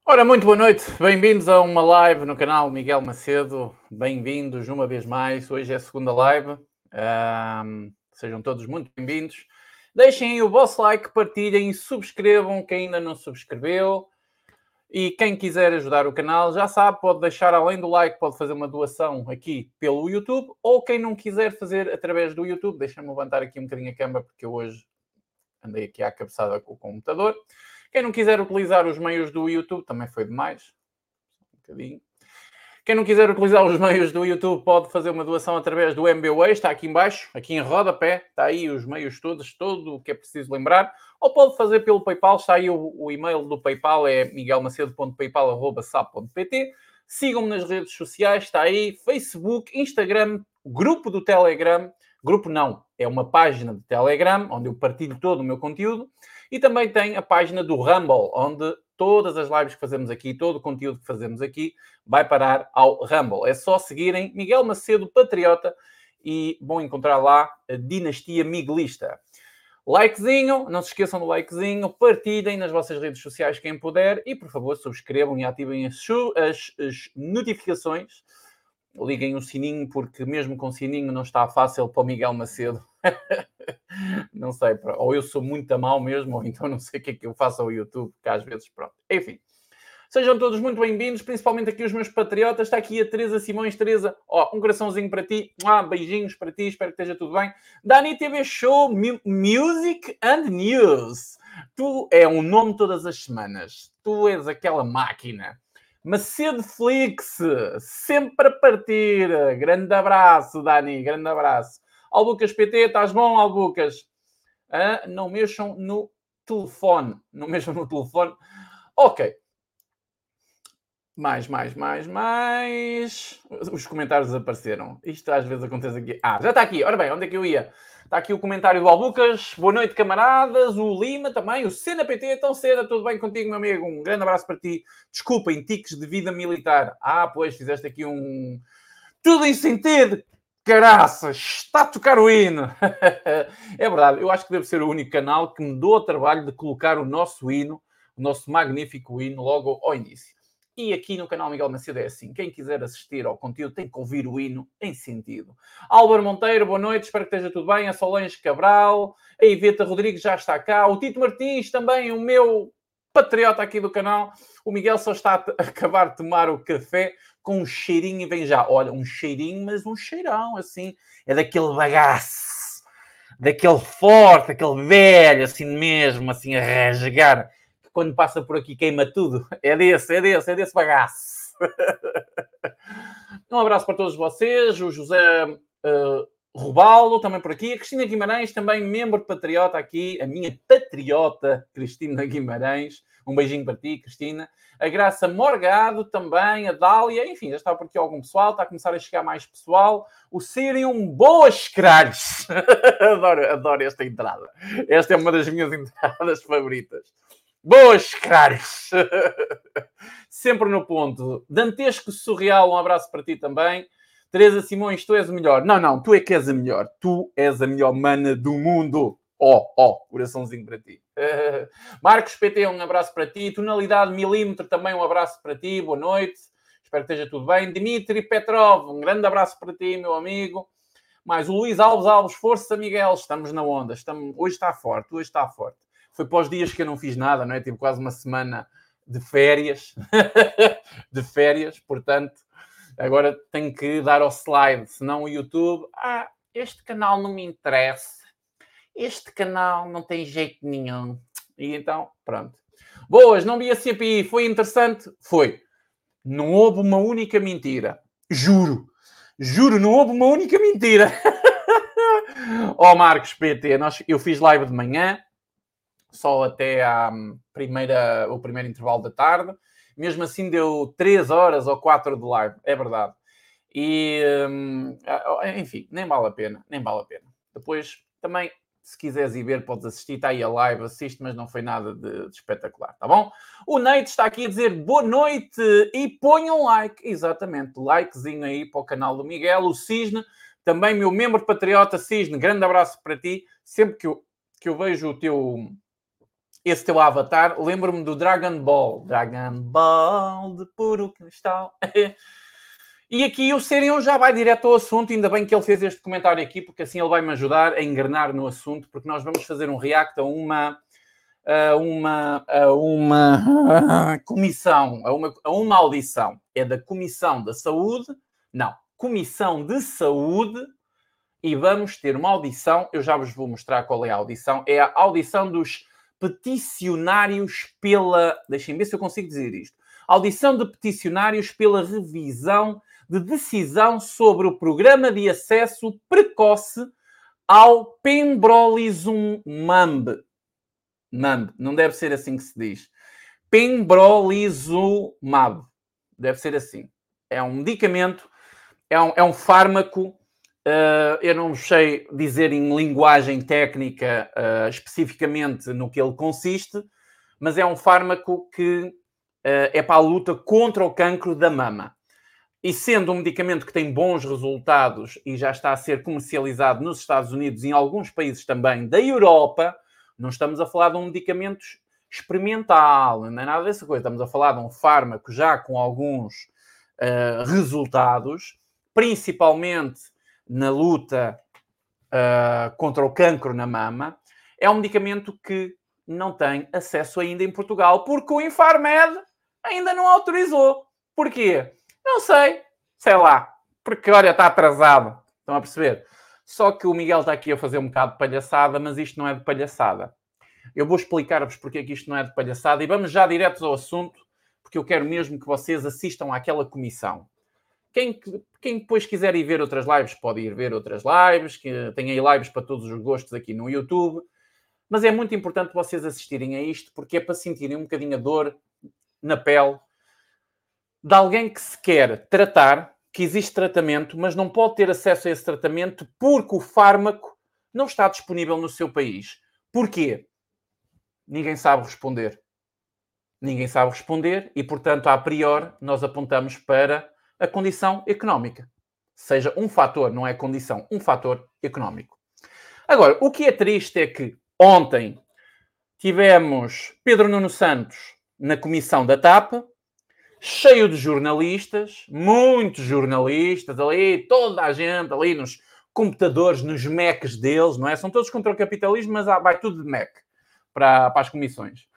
Ora, muito boa noite, bem-vindos a uma live no canal Miguel Macedo, bem-vindos uma vez mais, hoje é a segunda live, sejam todos muito bem-vindos, deixem aí o vosso like, partilhem e subscrevam quem ainda não subscreveu e quem quiser ajudar o canal já sabe, pode deixar além do like, pode fazer uma doação aqui pelo YouTube ou quem não quiser fazer através do YouTube, deixem-me levantar aqui um bocadinho a câmera porque eu hoje andei aqui à cabeçada com o computador. Quem não quiser utilizar os meios do YouTube, também foi demais. Um bocadinho. Quem não quiser utilizar os meios do YouTube pode fazer uma doação através do MBWay, está aqui em baixo, aqui em rodapé, está aí os meios todos, tudo o que é preciso lembrar. Ou pode fazer pelo PayPal, está aí o e-mail do PayPal, é miguelmacedo.paypal@sap.pt. Sigam-me nas redes sociais, está aí Facebook, Instagram, grupo do Telegram. Grupo não, é uma página de Telegram, onde eu partilho todo o meu conteúdo. E também tem a página do Rumble, onde todas as lives que fazemos aqui, todo o conteúdo que fazemos aqui, vai parar ao Rumble. É só seguirem Miguel Macedo Patriota e vão encontrar lá a Dinastia Miguelista. Likezinho, não se esqueçam do likezinho, partilhem nas vossas redes sociais quem puder e, por favor, subscrevam e ativem as notificações. Liguem o sininho, porque mesmo com sininho não está fácil para o Miguel Macedo. Não sei, ou eu sou muito a mal mesmo, ou então não sei o que é que eu faço ao YouTube, que às vezes, pronto. Enfim, sejam todos muito bem-vindos, principalmente aqui os meus patriotas. Está aqui a Teresa Simões. Teresa, um coraçãozinho para ti, beijinhos para ti, espero que esteja tudo bem. Dani TV Show, Music and News. Tu é um nome todas as semanas, tu és aquela máquina. Macedo Flix, sempre a partir. Grande abraço, Dani, grande abraço. Albucas PT, estás bom, Albucas? Não mexam no telefone. Não mexam no telefone. Ok. Mais. Os comentários desapareceram. Isto às vezes acontece aqui. Já está aqui. Ora bem, onde é que eu ia? Está aqui o comentário do Albucas. Boa noite, camaradas. O Lima também. O Cena PT. Então, Cena, tudo bem contigo, meu amigo? Um grande abraço para ti. Desculpem, tiques de vida militar. Pois, fizeste aqui um... Tudo em sentido. Caraças, está a tocar o hino. É verdade, eu acho que devo ser o único canal que me dou o trabalho de colocar o nosso hino, o nosso magnífico hino, logo ao início. E aqui no canal Miguel Macedo é assim. Quem quiser assistir ao conteúdo tem que ouvir o hino em sentido. Álvaro Monteiro, boa noite. Espero que esteja tudo bem. A Solange Cabral. A Iveta Rodrigues já está cá. O Tito Martins também, o meu patriota aqui do canal. O Miguel só está a acabar de tomar o café com um cheirinho e vem já. Olha, um cheirinho, mas um cheirão, assim. É daquele bagaço. Daquele forte, aquele velho, assim mesmo, assim a rasgar. Quando passa por aqui queima tudo. É desse bagaço. Um abraço para todos vocês. O José Robaldo também por aqui. A Cristina Guimarães, também membro patriota aqui. A minha patriota Cristina Guimarães. Um beijinho para ti, Cristina. A Graça Morgado também. A Dália. Enfim, já está por aqui algum pessoal. Está a começar a chegar mais pessoal. O Sirium, boas caralhos. Adoro esta entrada. Esta é uma das minhas entradas favoritas. Boas, caras! Sempre no ponto. Dantesco Surreal, um abraço para ti também. Teresa Simões, tu és o melhor. Não, tu é que és a melhor. Tu és a melhor mana do mundo. Coraçãozinho para ti. Marcos PT, um abraço para ti. Tonalidade Milímetro, também um abraço para ti. Boa noite. Espero que esteja tudo bem. Dimitri Petrov, um grande abraço para ti, meu amigo. Mais o Luís Alves, força, Miguel. Estamos na onda. Hoje está forte. Foi para os dias que eu não fiz nada, não é? Tive quase uma semana de férias. Portanto, agora tenho que dar ao slide, senão o YouTube... este canal não me interessa. Este canal não tem jeito nenhum. E então, pronto. Boas, não vi a CPI. Foi interessante? Foi. Não houve uma única mentira. Juro, não houve uma única mentira. Marcos PT, eu fiz live de manhã, só até o primeiro intervalo da tarde. Mesmo assim deu 3 horas ou 4 de live, é verdade. E, enfim, nem vale a pena. Depois, também, se quiseres ir ver, podes assistir. Está aí a live, assiste, mas não foi nada de espetacular, tá bom? O Neite está aqui a dizer boa noite e ponham like. Exatamente, likezinho aí para o canal do Miguel. O Cisne, também meu membro patriota Cisne, grande abraço para ti. Sempre que eu vejo o teu esse teu avatar, lembro-me do Dragon Ball. Dragon Ball de puro cristal. E aqui o Serion já vai direto ao assunto, ainda bem que ele fez este comentário aqui, porque assim ele vai-me ajudar a engrenar no assunto, porque nós vamos fazer um react a uma comissão, a uma audição. É da Comissão da Saúde, não, Comissão de Saúde, e vamos ter uma audição, eu já vos vou mostrar qual é a audição, é a audição dos peticionários pela, deixem ver se eu consigo dizer isto, audição de peticionários pela revisão de decisão sobre o programa de acesso precoce ao pembrolizumab. Não deve ser assim que se diz. Pembrolizumab. Deve ser assim. É um medicamento, é um fármaco, eu não sei dizer em linguagem técnica especificamente no que ele consiste, mas é um fármaco que é para a luta contra o cancro da mama. E sendo um medicamento que tem bons resultados e já está a ser comercializado nos Estados Unidos e em alguns países também da Europa, não estamos a falar de um medicamento experimental, não é nada dessa coisa. Estamos a falar de um fármaco já com alguns resultados, principalmente na luta contra o cancro na mama. É um medicamento que não tem acesso ainda em Portugal, porque o Infarmed ainda não autorizou. Porquê? Não sei lá, porque olha, está atrasado, estão a perceber? Só que o Miguel está aqui a fazer um bocado de palhaçada, mas isto não é de palhaçada. Eu vou explicar-vos porque é que isto não é de palhaçada e vamos já diretos ao assunto, porque eu quero mesmo que vocês assistam àquela comissão. Quem depois quiser ir ver outras lives, pode ir ver outras lives, que tem aí lives para todos os gostos aqui no YouTube, mas é muito importante vocês assistirem a isto, porque é para sentirem um bocadinho a dor na pele de alguém que se quer tratar, que existe tratamento, mas não pode ter acesso a esse tratamento porque o fármaco não está disponível no seu país. Porquê? Ninguém sabe responder. Ninguém sabe responder e, portanto, a priori, nós apontamos para a condição económica. Seja um fator, não é condição, um fator económico. Agora, o que é triste é que ontem tivemos Pedro Nuno Santos na comissão da TAP, cheio de jornalistas, muitos jornalistas ali, toda a gente ali nos computadores, nos Macs deles, não é? São todos contra o capitalismo, mas vai tudo de Mac para as comissões.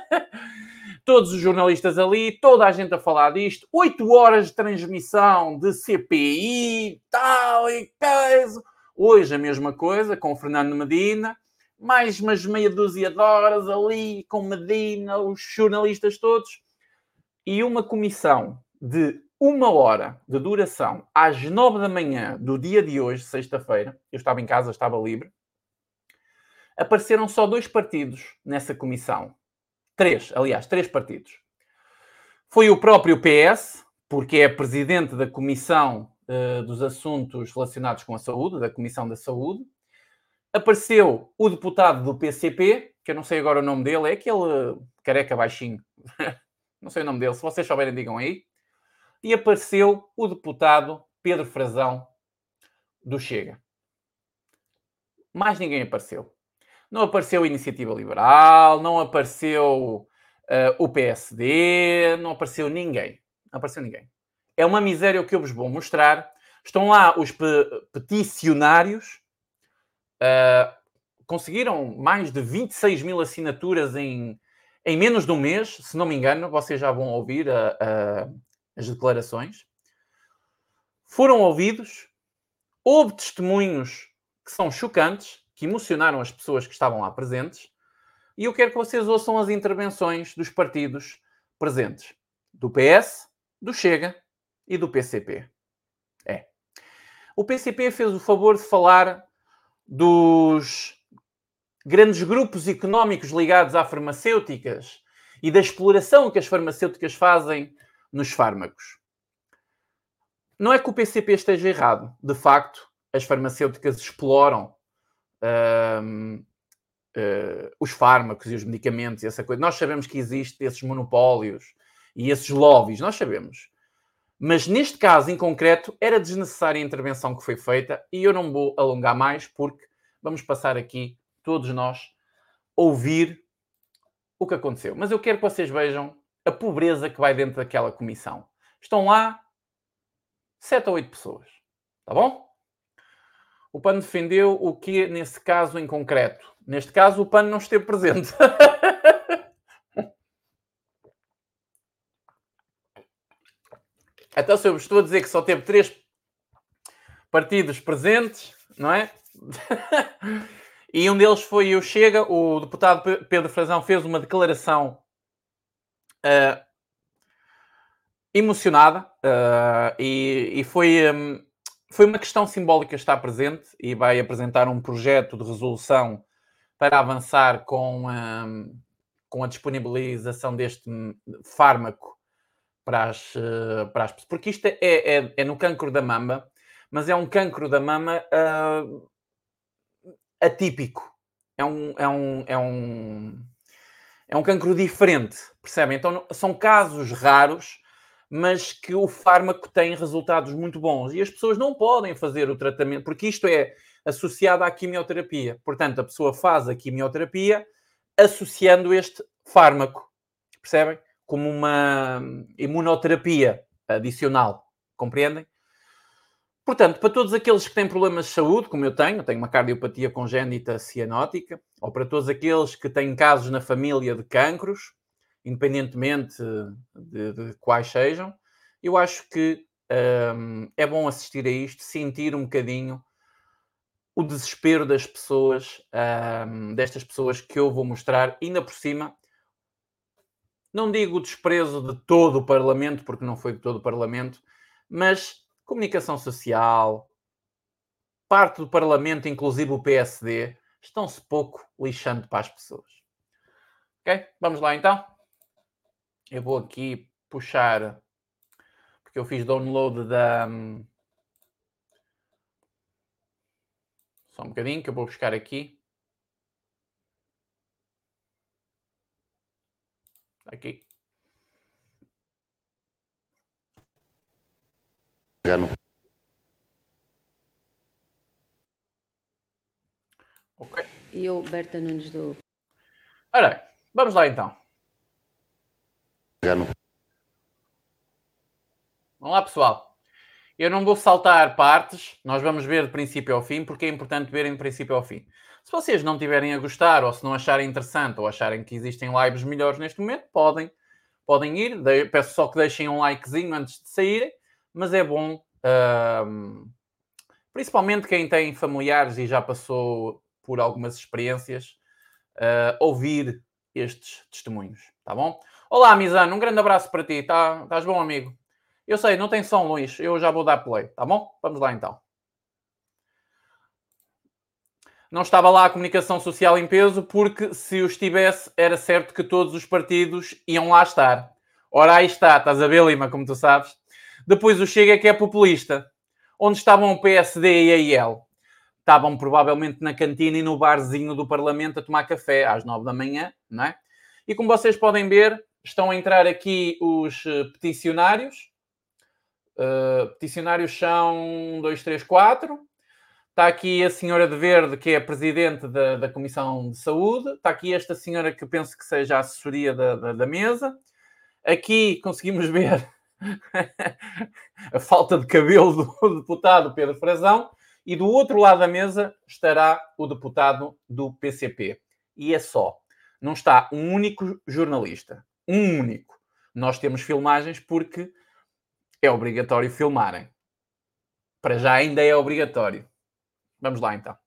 Todos os jornalistas ali, toda a gente a falar disto, 8 horas de transmissão de CPI, tal e coisa. Hoje a mesma coisa, com o Fernando Medina, mais umas meia dúzia de horas ali, com Medina, os jornalistas todos. E uma comissão de 1 hora de duração às 9 da manhã do dia de hoje, sexta-feira, eu estava em casa, estava livre, apareceram só 2 partidos nessa comissão. 3 partidos. Foi o próprio PS, porque é presidente da Comissão dos Assuntos Relacionados com a Saúde, da Comissão da Saúde. Apareceu o deputado do PCP, que eu não sei agora o nome dele, é aquele careca baixinho. Não sei o nome dele, se vocês souberem, digam aí. E apareceu o deputado Pedro Frazão, do Chega. Mais ninguém apareceu. Não apareceu a Iniciativa Liberal, não apareceu o PSD, não apareceu ninguém. Não apareceu ninguém. É uma miséria o que eu vos vou mostrar. Estão lá os peticionários. Conseguiram mais de 26 mil assinaturas em menos de um mês, se não me engano. Vocês já vão ouvir as declarações. Foram ouvidos. Houve testemunhos que são chocantes, que emocionaram as pessoas que estavam lá presentes. E eu quero que vocês ouçam as intervenções dos partidos presentes. Do PS, do Chega e do PCP. O PCP fez o favor de falar dos grandes grupos económicos ligados a farmacêuticas e da exploração que as farmacêuticas fazem nos fármacos. Não é que o PCP esteja errado. De facto, as farmacêuticas exploram os fármacos e os medicamentos e essa coisa. Nós sabemos que existem esses monopólios e esses lobbies. Nós sabemos. Mas neste caso, em concreto, era desnecessária a intervenção que foi feita e eu não vou alongar mais porque vamos passar aqui, todos nós, ouvir o que aconteceu. Mas eu quero que vocês vejam a pobreza que vai dentro daquela comissão. Estão lá 7 ou 8 pessoas. Tá bom? O PAN defendeu o que nesse caso em concreto? Neste caso, o PAN não esteve presente. Então, se eu vos estou a dizer que só teve 3 partidos presentes, não é? E um deles foi o Chega, o deputado Pedro Frazão fez uma declaração emocionada e foi uma questão simbólica estar presente e vai apresentar um projeto de resolução para avançar com a disponibilização deste fármaco para as pessoas. Porque isto é no cancro da mama, mas é um cancro da mama atípico. É um cancro diferente, percebem? Então são casos raros, mas que o fármaco tem resultados muito bons. E as pessoas não podem fazer o tratamento, porque isto é associado à quimioterapia. Portanto, a pessoa faz a quimioterapia associando este fármaco, percebem? Como uma imunoterapia adicional, compreendem? Portanto, para todos aqueles que têm problemas de saúde, como eu tenho uma cardiopatia congénita cianótica, ou para todos aqueles que têm casos na família de cancros, independentemente de quais sejam, eu acho que é bom assistir a isto, sentir um bocadinho o desespero das pessoas, destas pessoas que eu vou mostrar, ainda por cima. Não digo o desprezo de todo o Parlamento, porque não foi de todo o Parlamento, mas comunicação social, parte do Parlamento, inclusive o PSD, estão-se pouco lixando para as pessoas. Ok? Vamos lá então. Eu vou aqui puxar, porque eu fiz download da... Só um bocadinho que eu vou buscar aqui. Aqui. Ok. E eu, Berta Nunes do... Ora bem, vamos lá então. Vamos lá, pessoal. Eu não vou saltar partes, nós vamos ver de princípio ao fim, porque é importante verem de princípio ao fim. Se vocês não tiverem a gostar, ou se não acharem interessante, ou acharem que existem lives melhores neste momento, podem ir. Peço só que deixem um likezinho antes de saírem, mas é bom, principalmente quem tem familiares e já passou por algumas experiências, ouvir estes testemunhos, tá bom? Olá, Mizano, um grande abraço para ti, estás bom, amigo? Eu sei, não tem som, Luís, eu já vou dar play, tá bom? Vamos lá então. Não estava lá a comunicação social em peso, porque se o estivesse, era certo que todos os partidos iam lá estar. Ora, aí está, estás a ver, Lima, como tu sabes. Depois o Chega que é populista. Onde estavam o PSD e a IEL? Estavam provavelmente na cantina e no barzinho do Parlamento a tomar café às 9 da manhã, não é? E como vocês podem ver, estão a entrar aqui os peticionários. Peticionários são 1, 2, 3, 4. Está aqui a senhora de verde, que é a presidente da Comissão de Saúde. Está aqui esta senhora que eu penso que seja a assessoria da mesa. Aqui conseguimos ver a falta de cabelo do deputado Pedro Frazão. E do outro lado da mesa estará o deputado do PCP. E é só. Não está um único jornalista. Um único. Nós temos filmagens porque é obrigatório filmarem. Para já ainda é obrigatório. Vamos lá, então.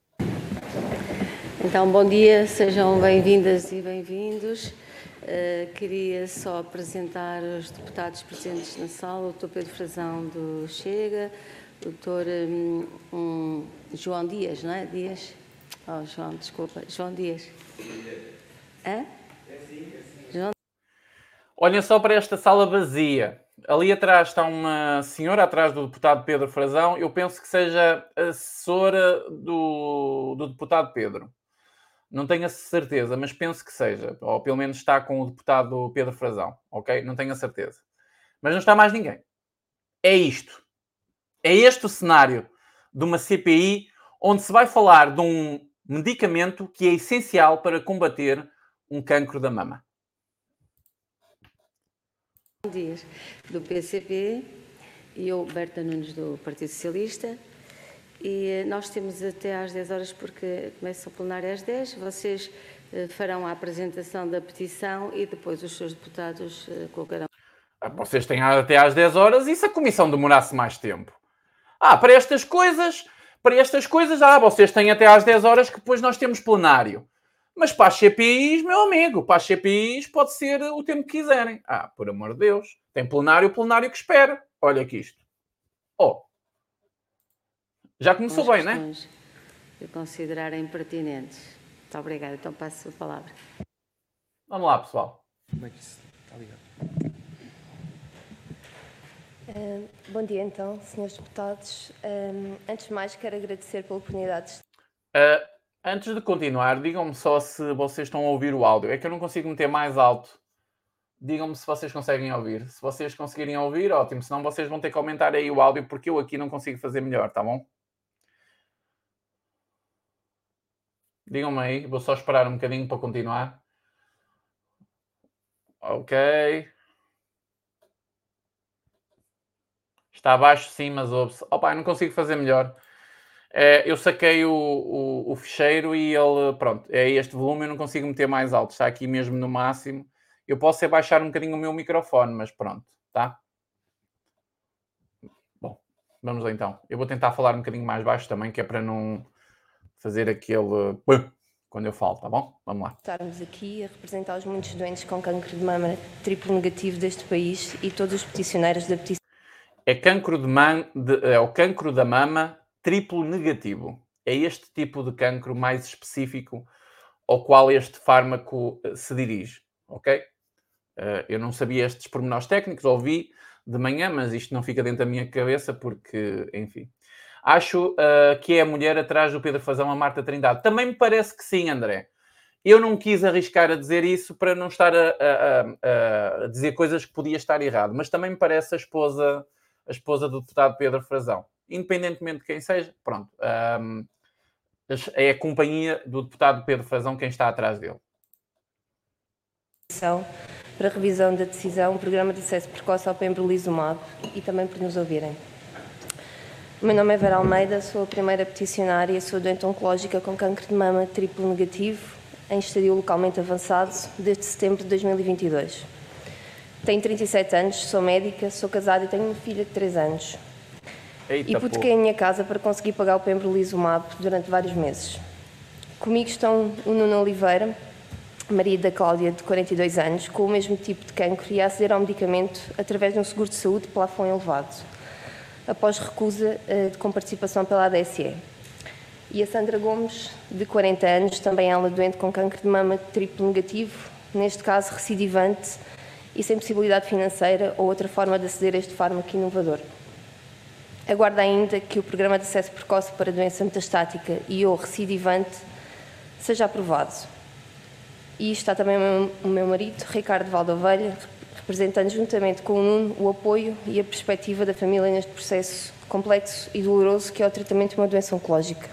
Então, bom dia, sejam bem-vindas e bem-vindos. Queria só apresentar os deputados presentes na sala, o Dr. Pedro Frazão do Chega, o Dr. João Dias, não é? Dias? Oh, João, desculpa. João Dias. Hã? João... Olhem só para esta sala vazia. Ali atrás está uma senhora, atrás do deputado Pedro Frazão. Eu penso que seja assessora do deputado Pedro. Não tenho a certeza, mas penso que seja. Ou pelo menos está com o deputado Pedro Frazão, ok? Não tenho a certeza. Mas não está mais ninguém. É isto. É este o cenário de uma CPI onde se vai falar de um medicamento que é essencial para combater um cancro da mama. Dias do PCP e eu, Berta Nunes, do Partido Socialista. E nós temos até às 10 horas, porque começa o plenário às 10. Vocês farão a apresentação da petição e depois os seus deputados colocarão. Vocês têm até às 10 horas e se a comissão demorasse mais tempo? Para estas coisas, vocês têm até às 10 horas que depois nós temos plenário. Mas para as CPIs, meu amigo, para as CPIs pode ser o tempo que quiserem. Por amor de Deus. Tem plenário que espera. Olha aqui isto. Já começou bem, não é? De considerarem pertinentes. Muito obrigada. Então passo a palavra. Vamos lá, pessoal. Como é que isso está ligado? Bom dia, então, senhores deputados. Antes de mais, quero agradecer pela oportunidade de... Antes de continuar, digam-me só se vocês estão a ouvir o áudio. É que eu não consigo meter mais alto. Digam-me se vocês conseguem ouvir. Se vocês conseguirem ouvir, ótimo. Senão vocês vão ter que aumentar aí o áudio, porque eu aqui não consigo fazer melhor, tá bom? Digam-me aí. Vou só esperar um bocadinho para continuar. Ok. Está abaixo, sim, mas ouve-se. Eu não consigo fazer melhor. Eu saquei o ficheiro e ele, pronto, é este volume, eu não consigo meter mais alto. Está aqui mesmo no máximo. Eu posso baixar um bocadinho o meu microfone, mas pronto, tá? Bom, vamos lá então. Eu vou tentar falar um bocadinho mais baixo também, que é para não fazer aquele... quando eu falo, tá bom? Vamos lá. Estarmos aqui a representar os muitos doentes com cancro de mama triplo negativo deste país e todos os peticionários da petição. É o cancro da mama triplo negativo. É este tipo de cancro mais específico ao qual este fármaco se dirige, ok? Eu não sabia estes pormenores técnicos, ouvi de manhã, mas isto não fica dentro da minha cabeça porque, enfim. Acho que é a mulher atrás do Pedro Frazão, a Marta Trindade. Também me parece que sim, André. Eu não quis arriscar a dizer isso para não estar a dizer coisas que podia estar errado, mas também me parece a esposa do deputado Pedro Frazão. Independentemente de quem seja, pronto. É a companhia do deputado Pedro Frazão quem está atrás dele. Para revisão da decisão, o programa de acesso precoce ao pembrolizumab e também por nos ouvirem. O meu nome é Vera Almeida, sou a primeira peticionária, sou doente oncológica com cancro de mama triplo negativo, em estadio localmente avançado, desde setembro de 2022. Tenho 37 anos, sou médica, sou casada e tenho uma filha de 3 anos. Hipotequei a minha casa para conseguir pagar o pembrolizumab durante vários meses. Comigo estão o Nuno Oliveira, marido da Cláudia, de 42 anos, com o mesmo tipo de cancro e a aceder ao medicamento através de um seguro de saúde de plafond elevado, após recusa de comparticipação pela ADSE. E a Sandra Gomes, de 40 anos, também ela doente com cancro de mama triplo negativo, neste caso recidivante e sem possibilidade financeira ou outra forma de aceder a este fármaco inovador. Aguarda ainda que o programa de acesso precoce para doença metastática e ou recidivante seja aprovado. E está também o meu marido, Ricardo Valdovelha, representando juntamente com o Nuno o apoio e a perspectiva da família neste processo complexo e doloroso que é o tratamento de uma doença oncológica.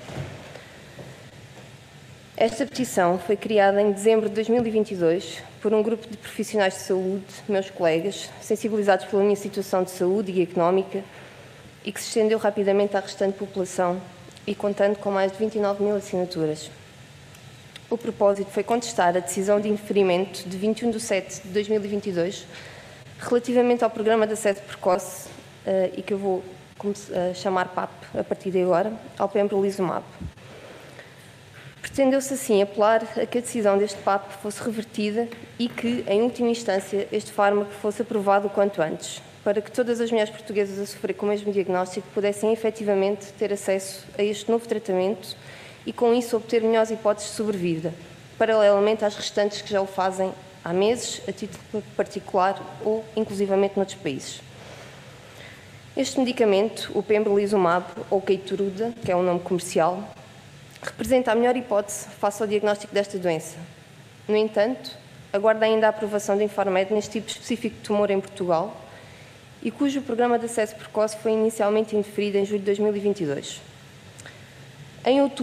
Esta petição foi criada em dezembro de 2022 por um grupo de profissionais de saúde, meus colegas, sensibilizados pela minha situação de saúde e económica e que se estendeu rapidamente à restante população e contando com mais de 29 mil assinaturas. O propósito foi contestar a decisão de indeferimento de 21 de setembro de 2022 relativamente ao programa de acesso precoce e que eu vou chamar PAP a partir de agora, ao pembrolizumab. Pretendeu-se assim apelar a que a decisão deste PAP fosse revertida e que, em última instância, este fármaco fosse aprovado o quanto antes, para que todas as mulheres portuguesas a sofrer com o mesmo diagnóstico pudessem efetivamente ter acesso a este novo tratamento e, com isso, obter melhores hipóteses de sobrevida, paralelamente às restantes que já o fazem há meses, a título particular ou, inclusivamente, noutros países. Este medicamento, o pembrolizumab, ou Keytruda, que é um nome comercial, representa a melhor hipótese face ao diagnóstico desta doença. No entanto, aguarda ainda a aprovação da Infarmed neste tipo específico de tumor em Portugal e cujo programa de acesso precoce foi inicialmente indeferido em julho de 2022. Em outubro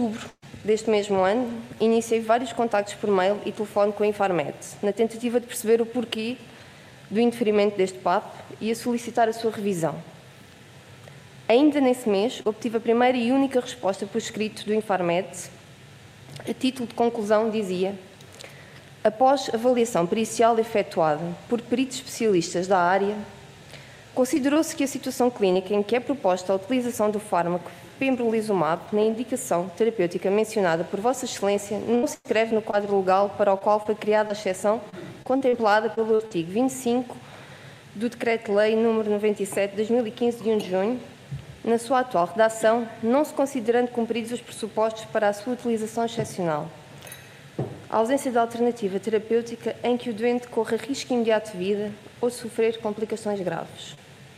deste mesmo ano, iniciei vários contactos por mail e telefone com a Infarmed, na tentativa de perceber o porquê do indeferimento deste PAP e a solicitar a sua revisão. Ainda nesse mês, obtive a primeira e única resposta por escrito do Infarmed. A título de conclusão dizia: após avaliação pericial efetuada por peritos especialistas da área, considerou-se que a situação clínica em que é proposta a utilização do fármaco pembrolizumab na indicação terapêutica mencionada por Vossa Excelência não se inscreve no quadro legal para o qual foi criada a exceção contemplada pelo artigo 25 do Decreto-Lei nº 97 de 2015, de 1 de junho, na sua atual redação, não se considerando cumpridos os pressupostos para a sua utilização excepcional. A ausência de alternativa terapêutica em que o doente corra risco imediato de vida ou sofrer complicações graves.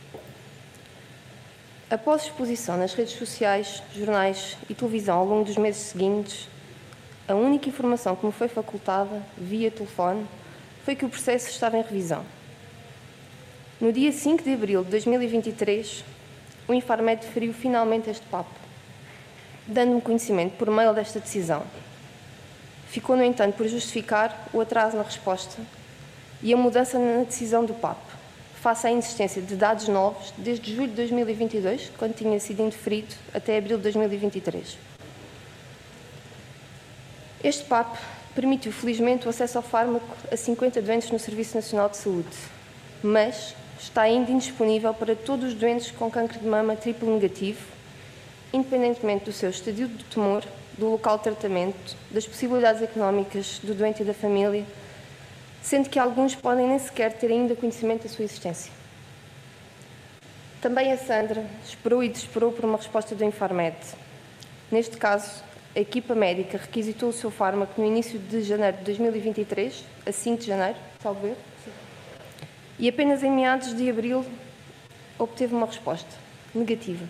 Após exposição nas redes sociais, jornais e televisão ao longo dos meses seguintes, a única informação que me foi facultada, via telefone, foi que o processo estava em revisão. No dia 5 de abril de 2023, o Infarmed deferiu finalmente este PAP, dando-me conhecimento por mail desta decisão. Ficou, no entanto, por justificar o atraso na resposta e a mudança na decisão do PAP, face à insistência de dados novos desde julho de 2022, quando tinha sido indeferido, até abril de 2023. Este PAP permitiu, felizmente, o acesso ao fármaco a 50 doentes no Serviço Nacional de Saúde, mas está ainda indisponível para todos os doentes com cancro de mama triplo negativo, independentemente do seu estadio de tumor, do local de tratamento, das possibilidades económicas do doente e da família, sendo que alguns podem nem sequer ter ainda conhecimento da sua existência. Também a Sandra esperou e desesperou por uma resposta do Infarmed. Neste caso, a equipa médica requisitou o seu fármaco no início de janeiro de 2023, a 5 de janeiro, salvo erro, e apenas em meados de abril obteve uma resposta negativa.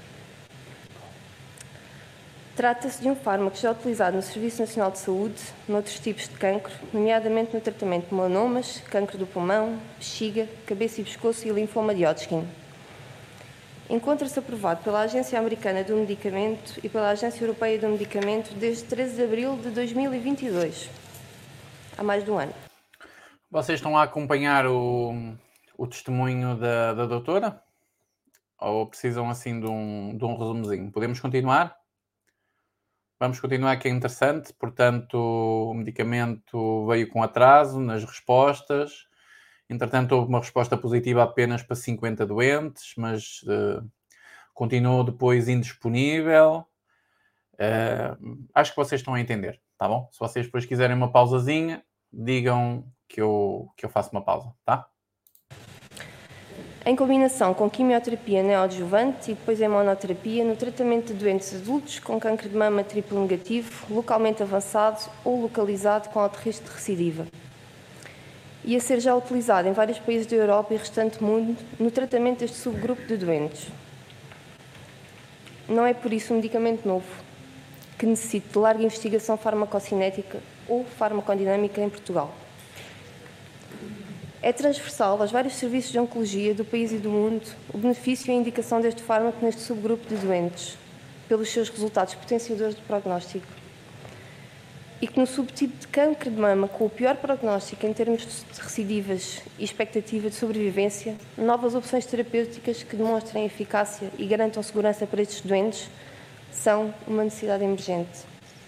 Trata-se de um fármaco já utilizado no Serviço Nacional de Saúde, noutros tipos de cancro, nomeadamente no tratamento de melanomas, cancro do pulmão, bexiga, cabeça e pescoço e linfoma de Hodgkin. Encontra-se aprovado pela Agência Americana do Medicamento e pela Agência Europeia do Medicamento desde 13 de abril de 2022, há mais de um ano. Vocês estão a acompanhar o testemunho da doutora? Ou precisam assim de um resumozinho? Podemos continuar? Vamos continuar, que é interessante. Portanto, o medicamento veio com atraso nas respostas. Entretanto, houve uma resposta positiva apenas para 50 doentes, mas continuou depois indisponível. Acho que vocês estão a entender, tá bom? Se vocês depois quiserem uma pausazinha, digam que eu faço uma pausa, tá? Em combinação com quimioterapia neoadjuvante e depois imunoterapia no tratamento de doentes adultos com cancro de mama triplo negativo, localmente avançado ou localizado com alto risco de recidiva. E a ser já utilizado em vários países da Europa e restante mundo no tratamento deste subgrupo de doentes. Não é por isso um medicamento novo, que necessite de larga investigação farmacocinética ou farmacodinâmica em Portugal. É transversal aos vários serviços de oncologia do país e do mundo o benefício e a indicação deste fármaco neste subgrupo de doentes, pelos seus resultados potenciadores de prognóstico. E que no subtipo de cancro de mama, com o pior prognóstico em termos de recidivas e expectativa de sobrevivência, novas opções terapêuticas que demonstrem eficácia e garantam segurança para estes doentes são uma necessidade emergente.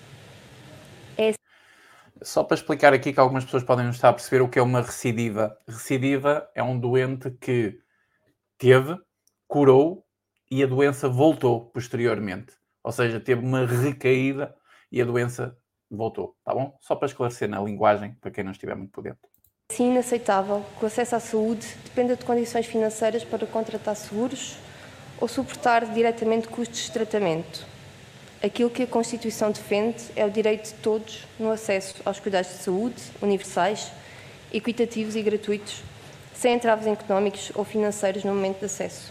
Só para explicar aqui que algumas pessoas podem não estar a perceber o que é uma recidiva. Recidiva é um doente que teve, curou e a doença voltou posteriormente. Ou seja, teve uma recaída e a doença voltou, tá bom? Só para esclarecer na linguagem, para quem não estiver muito por dentro. É inaceitável que o acesso à saúde dependa de condições financeiras para contratar seguros ou suportar diretamente custos de tratamento. Aquilo que a Constituição defende é o direito de todos no acesso aos cuidados de saúde universais, equitativos e gratuitos, sem entraves económicos ou financeiros no momento de acesso.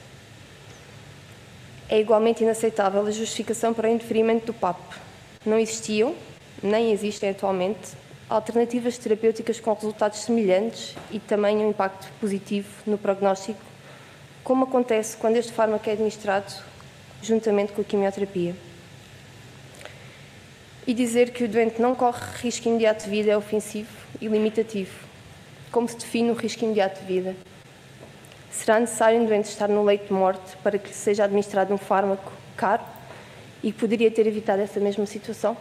É igualmente inaceitável a justificação para o indeferimento do PAP. Não existiam, nem existem atualmente, alternativas terapêuticas com resultados semelhantes e também um impacto positivo no prognóstico, como acontece quando este fármaco é administrado juntamente com a quimioterapia. e dizer que o doente não corre risco imediato de vida é ofensivo e limitativo. Como se define o risco imediato de vida? Será necessário um doente estar no leito de morte para que lhe seja administrado um fármaco caro e que poderia ter evitado essa mesma situação?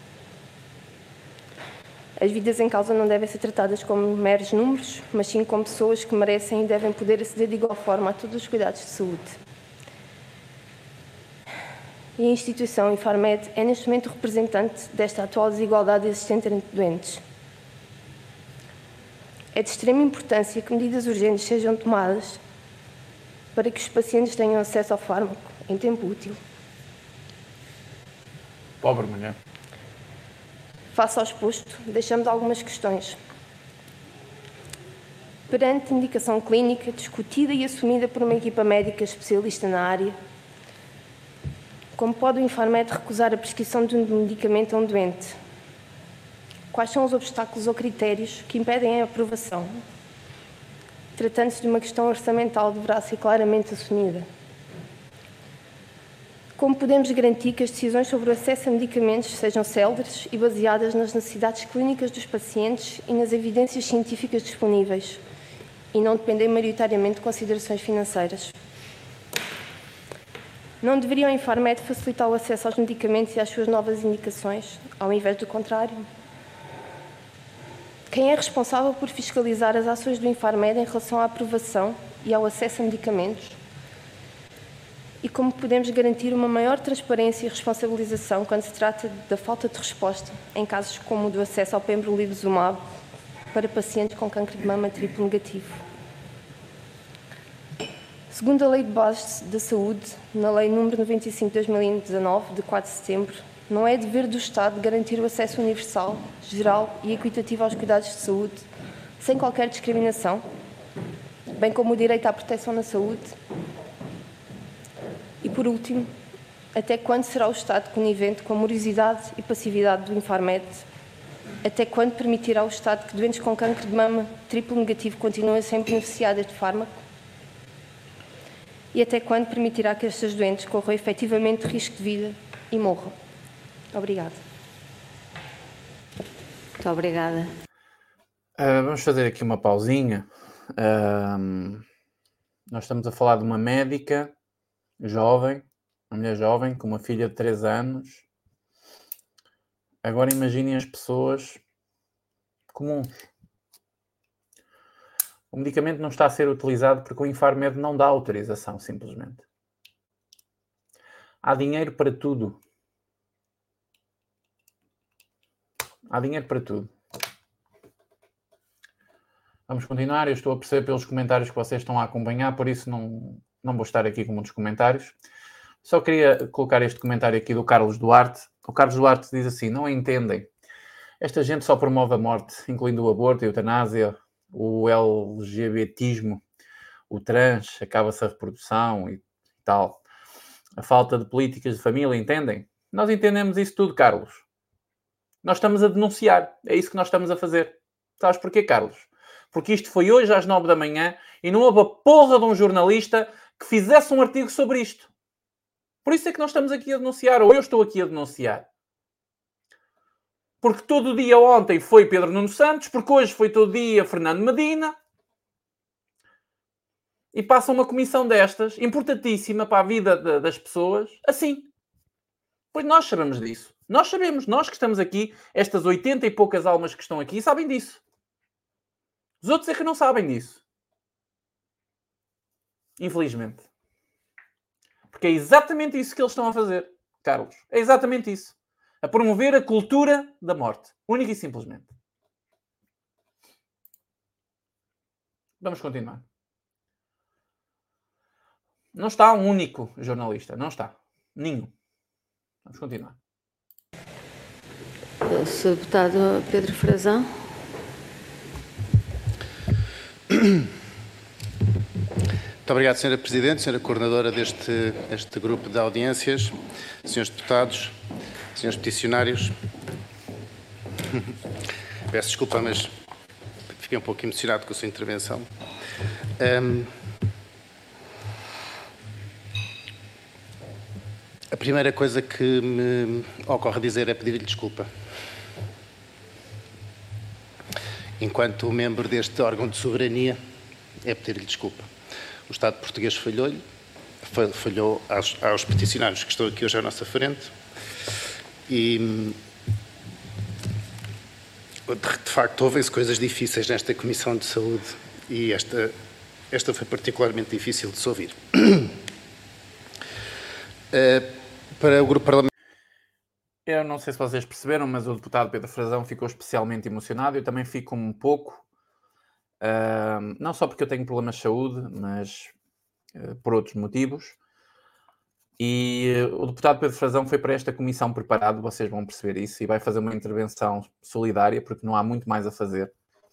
As vidas em causa não devem ser tratadas como meros números, mas sim como pessoas que merecem e devem poder aceder de igual forma a todos os cuidados de saúde. E a instituição Infarmed é neste momento o representante desta atual desigualdade existente entre doentes. É de extrema importância que medidas urgentes sejam tomadas para que os pacientes tenham acesso ao fármaco em tempo útil. Pobre mulher. Face ao exposto, deixamos algumas questões. Perante indicação clínica discutida e assumida por uma equipa médica especialista na área, como pode o Infarmed recusar a prescrição de um medicamento a um doente? Quais são os obstáculos ou critérios que impedem a aprovação? Tratando-se de uma questão orçamental, deverá ser claramente assumida. Como podemos garantir que as decisões sobre o acesso a medicamentos sejam céleres e baseadas nas necessidades clínicas dos pacientes e nas evidências científicas disponíveis, e não dependem maioritariamente de considerações financeiras? Não deveria o Infarmed facilitar o acesso aos medicamentos e às suas novas indicações, ao invés do contrário? Quem é responsável por fiscalizar as ações do Infarmed em relação à aprovação e ao acesso a medicamentos? E como podemos garantir uma maior transparência e responsabilização quando se trata da falta de resposta em casos como o do acesso ao pembrolizumab para pacientes com cancro de mama triplo negativo? Segundo a Lei de Bases da Saúde, na Lei nº 95/2019, de 4 de setembro, não é dever do Estado garantir o acesso universal, geral e equitativo aos cuidados de saúde, sem qualquer discriminação, bem como o direito à proteção na saúde? E, por último, até quando será o Estado conivente com a morosidade e passividade do Infarmed? Até quando permitirá o Estado que doentes com cancro de mama triplo negativo continuem sem beneficiar deste fármaco? E até quando permitirá que estes doentes corram efetivamente risco de vida e morram? Obrigada. Muito obrigada. Vamos fazer aqui uma pausinha. Nós estamos a falar de uma médica jovem, uma mulher jovem, com uma filha de 3 anos. Agora imaginem as pessoas comuns. O medicamento não está a ser utilizado porque o Infarmed não dá autorização, simplesmente. Há dinheiro para tudo. Há dinheiro para tudo. Vamos continuar. Eu estou a perceber pelos comentários que vocês estão a acompanhar, por isso não vou estar aqui com muitos comentários. Só queria colocar este comentário aqui do Carlos Duarte. O Carlos Duarte diz assim: não entendem. Esta gente só promove a morte, incluindo o aborto, a eutanásia, o LGBTismo, o trans, acaba-se a reprodução e tal. A falta de políticas de família, entendem? Nós entendemos isso tudo, Carlos. Nós estamos a denunciar. É isso que nós estamos a fazer. Sabes porquê, Carlos? Porque isto foi hoje às 9 da manhã e não houve a porra de um jornalista que fizesse um artigo sobre isto. Por isso é que nós estamos aqui a denunciar, ou eu estou aqui a denunciar. Porque todo dia ontem foi Pedro Nuno Santos, porque hoje foi todo dia Fernando Medina. E passa uma comissão destas, importantíssima para a vida das pessoas, assim. Pois nós sabemos disso. Nós sabemos, nós que estamos aqui, estas 80 e poucas almas que estão aqui, sabem disso. Os outros é que não sabem disso. Infelizmente. Porque é exatamente isso que eles estão a fazer, Carlos. É exatamente isso. A promover a cultura da morte. Única e simplesmente. Vamos continuar. Não está um único jornalista. Não está. Nenhum. Vamos continuar. Sr. Deputado Pedro Frazão. Muito obrigado, Sra. Presidente, Sra. Coordenadora deste grupo de audiências, Srs. Deputados, Srs. Peticionários. Peço desculpa, mas fiquei um pouco emocionado com a sua intervenção. A primeira coisa que me ocorre dizer é pedir-lhe desculpa. Enquanto membro deste órgão de soberania, é pedir-lhe desculpa. O Estado português falhou-lhe, falhou aos peticionários que estão aqui hoje à nossa frente e, de facto, houve coisas difíceis nesta Comissão de Saúde e esta foi particularmente difícil de se ouvir. Para o Grupo Parlamentar... Eu não sei se vocês perceberam, mas o deputado Pedro Frazão ficou especialmente emocionado. Eu também fico um pouco, não só porque eu tenho problemas de saúde, mas por outros motivos. E o deputado Pedro Frazão foi para esta comissão preparado, vocês vão perceber isso, e vai fazer uma intervenção solidária, porque não há muito mais a fazer.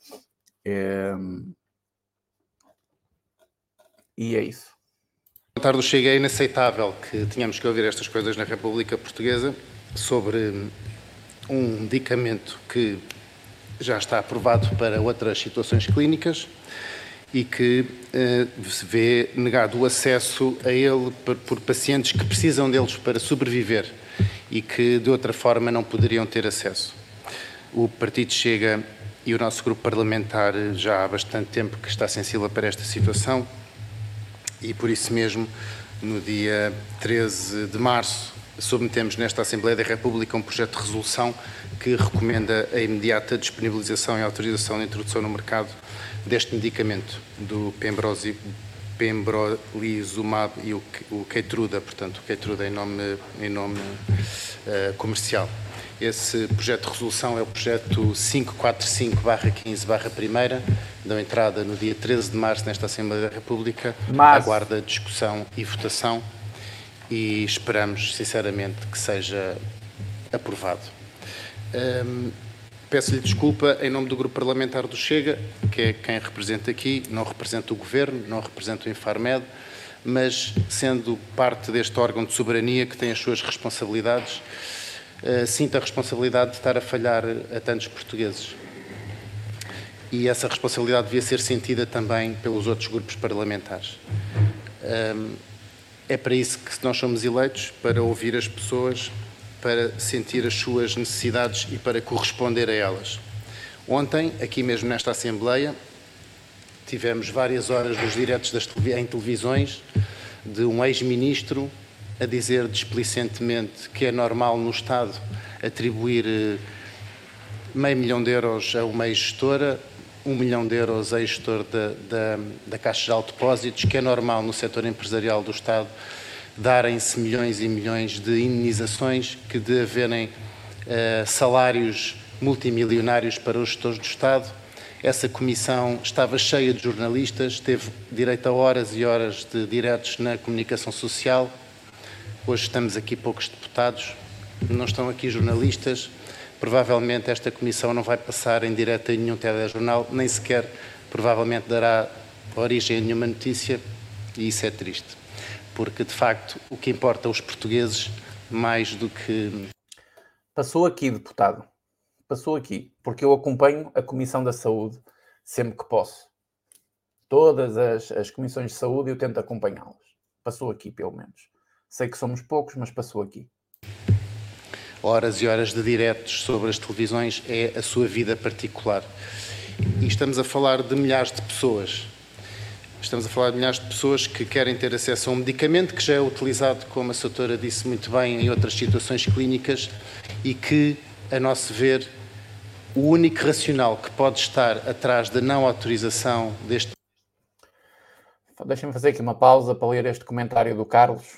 E é isso. O comentário do Chega é inaceitável que tenhamos que ouvir estas coisas na República Portuguesa sobre um medicamento que já está aprovado para outras situações clínicas e que se vê negado o acesso a ele por pacientes que precisam deles para sobreviver e que de outra forma não poderiam ter acesso. O Partido Chega e o nosso grupo parlamentar já há bastante tempo que está sensível para esta situação e por isso mesmo, no dia 13 de março, submetemos nesta Assembleia da República um projeto de resolução que recomenda a imediata disponibilização e autorização de introdução no mercado deste medicamento, do pembrolizumab e o Keytruda, portanto, o Keytruda em nome comercial. Esse projeto de resolução é o projeto 545/15/1, deu entrada no dia 13 de março nesta Assembleia da República, aguarda discussão e votação e esperamos, sinceramente, que seja aprovado. Peço-lhe desculpa em nome do Grupo Parlamentar do Chega, que é quem representa aqui, não representa o Governo, não representa o Infarmed, mas sendo parte deste órgão de soberania que tem as suas responsabilidades, sinto a responsabilidade de estar a falhar a tantos portugueses. E essa responsabilidade devia ser sentida também pelos outros grupos parlamentares. É para isso que nós somos eleitos, para ouvir as pessoas, para sentir as suas necessidades e para corresponder a elas. Ontem, aqui mesmo nesta Assembleia, tivemos várias horas nos diretos em televisões de um ex-ministro a dizer displicentemente que é normal no Estado atribuir €500 mil a uma ex-gestora, €1 milhão a ex-gestor da Caixa Geral de Depósitos, que é normal no setor empresarial do Estado darem-se milhões e milhões de indenizações, que de haverem salários multimilionários para os gestores do Estado. Essa comissão estava cheia de jornalistas, teve direito a horas e horas de diretos na comunicação social. Hoje estamos aqui poucos deputados, não estão aqui jornalistas. Provavelmente esta comissão não vai passar em direto em nenhum telejornal, nem sequer provavelmente dará origem a nenhuma notícia, e isso é triste. Porque, de facto, o que importa aos portugueses, mais do que... Passou aqui, deputado. Passou aqui. Porque eu acompanho a Comissão da Saúde sempre que posso. Todas as comissões de saúde eu tento acompanhá-las. Passou aqui, pelo menos. Sei que somos poucos, mas passou aqui. Horas e horas de diretos sobre as televisões é a sua vida particular. E estamos a falar de milhares de pessoas. Estamos a falar de milhares de pessoas que querem ter acesso a um medicamento que já é utilizado, como a doutora disse muito bem, em outras situações clínicas e que, a nosso ver, o único racional que pode estar atrás da não autorização deste... Deixem-me fazer aqui uma pausa para ler este comentário do Carlos.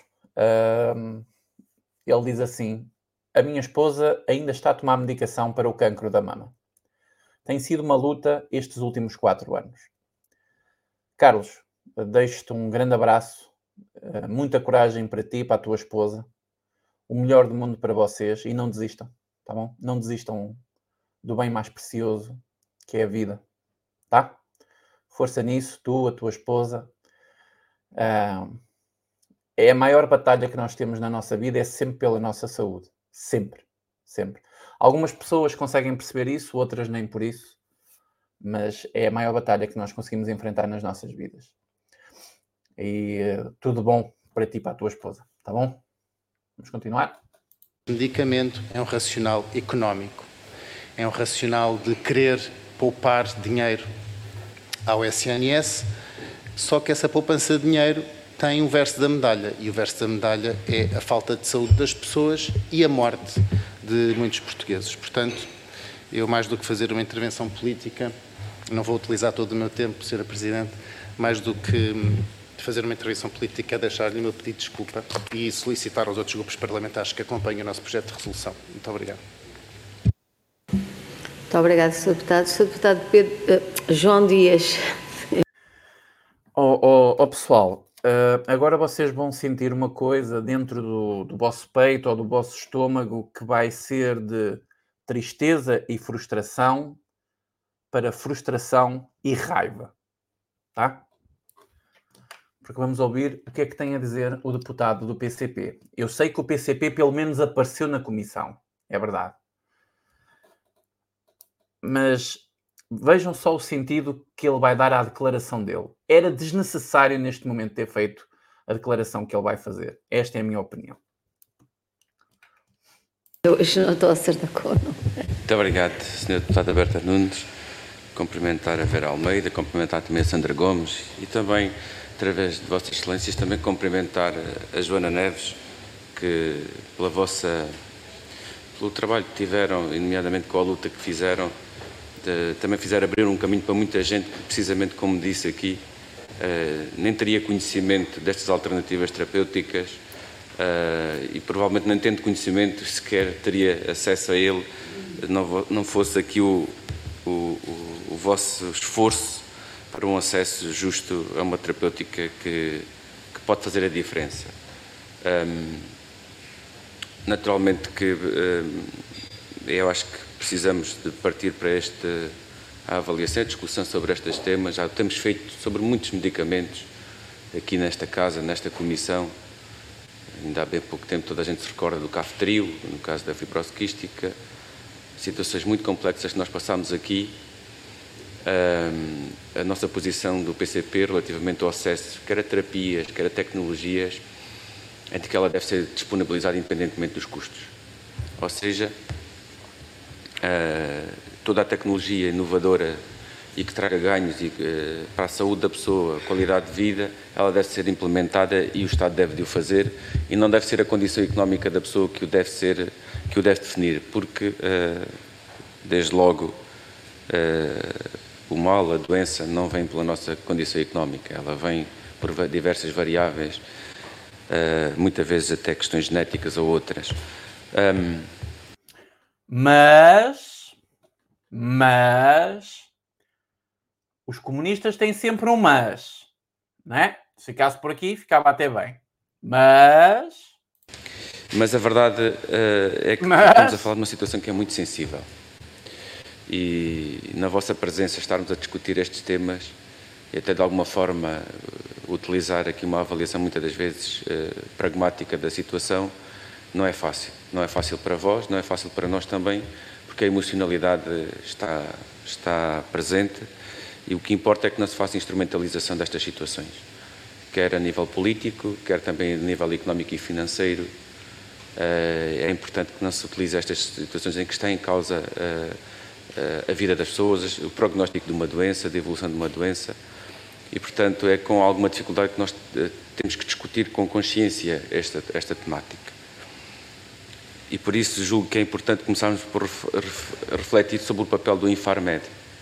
Ele diz assim: a minha esposa ainda está a tomar medicação para o cancro da mama. Tem sido uma luta estes últimos 4 anos. Carlos, deixo-te um grande abraço, muita coragem para ti e para a tua esposa, o melhor do mundo para vocês e não desistam, tá bom? Não desistam do bem mais precioso que é a vida, tá? Força nisso, tu, a tua esposa. É a maior batalha que nós temos na nossa vida, é sempre pela nossa saúde. Sempre, sempre. Algumas pessoas conseguem perceber isso, outras nem por isso. Mas é a maior batalha que nós conseguimos enfrentar nas nossas vidas. E tudo bom para ti e para a tua esposa, tá bom? Vamos continuar. O medicamento é um racional económico, é um racional de querer poupar dinheiro ao SNS, só que essa poupança de dinheiro tem um verso da medalha, e o verso da medalha é a falta de saúde das pessoas e a morte de muitos portugueses. Portanto, eu, mais do que fazer uma intervenção política, não vou utilizar todo o meu tempo, Sra. Presidente, mais do que fazer uma intervenção política, é deixar-lhe o meu pedido de desculpa e solicitar aos outros grupos parlamentares que acompanhem o nosso projeto de resolução. Muito obrigado. Muito obrigado, Sr. Deputado. Sr. Deputado João Dias. Pessoal, agora vocês vão sentir uma coisa dentro do vosso peito ou do vosso estômago que vai ser de tristeza e frustração para frustração e raiva. Tá? Porque vamos ouvir o que é que tem a dizer o deputado do PCP. Eu sei que o PCP pelo menos apareceu na comissão. É verdade. Mas vejam só o sentido que ele vai dar à declaração dele. Era desnecessário neste momento ter feito a declaração que ele vai fazer. Esta é a minha opinião. Eu hoje não estou a ser de acordo. Muito obrigado, Sra. Deputada Berta Nunes. Cumprimentar a Vera Almeida, cumprimentar também a Sandra Gomes e também, através de Vossas Excelências, também cumprimentar a Joana Neves, que pelo trabalho que tiveram, e nomeadamente com a luta que fizeram, também fizeram abrir um caminho para muita gente que, precisamente como disse aqui, nem teria conhecimento destas alternativas terapêuticas e provavelmente nem tendo conhecimento sequer teria acesso a ele, não fosse aqui o vosso esforço para um acesso justo a uma terapêutica que pode fazer a diferença. Naturalmente que eu acho que precisamos de partir para a avaliação, a discussão sobre estes temas. Já temos feito sobre muitos medicamentos aqui nesta casa, nesta comissão. Ainda há bem pouco tempo toda a gente se recorda do Cafetril, no caso da fibrose quística, situações muito complexas que nós passámos aqui. A nossa posição do PCP relativamente ao acesso, quer a terapias, quer a tecnologias, é de que ela deve ser disponibilizada independentemente dos custos. Ou seja, toda a tecnologia inovadora e que traga ganhos para a saúde da pessoa, qualidade de vida, ela deve ser implementada e o Estado deve de o fazer e não deve ser a condição económica da pessoa que o deve definir, porque, desde logo, o mal, a doença, não vem pela nossa condição económica, ela vem por diversas variáveis, muitas vezes até questões genéticas ou outras. Mas os comunistas têm sempre um mas, não é? Se ficasse por aqui, ficava até bem. Mas a verdade é que estamos a falar de uma situação que é muito sensível. E na vossa presença estarmos a discutir estes temas e até de alguma forma utilizar aqui uma avaliação muitas das vezes pragmática da situação, não é fácil. Não é fácil para vós, não é fácil para nós também, porque a emocionalidade está presente e o que importa é que não se faça instrumentalização destas situações, quer a nível político, quer também a nível económico e financeiro. É importante que não se utilize estas situações em que está em causa a vida das pessoas, o prognóstico de uma doença, de evolução de uma doença, e, portanto, é com alguma dificuldade que nós temos que discutir com consciência esta temática. E, por isso, julgo que é importante começarmos por refletir sobre o papel do Infarmed.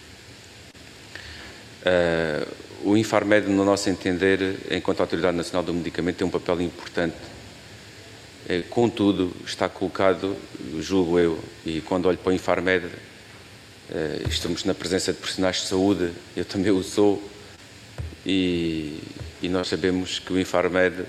O Infarmed, no nosso entender, enquanto Autoridade Nacional do Medicamento, tem um papel importante. Contudo, está colocado, julgo eu, e quando olho para o Infarmed, estamos na presença de profissionais de saúde, eu também o sou, e nós sabemos que o Infarmed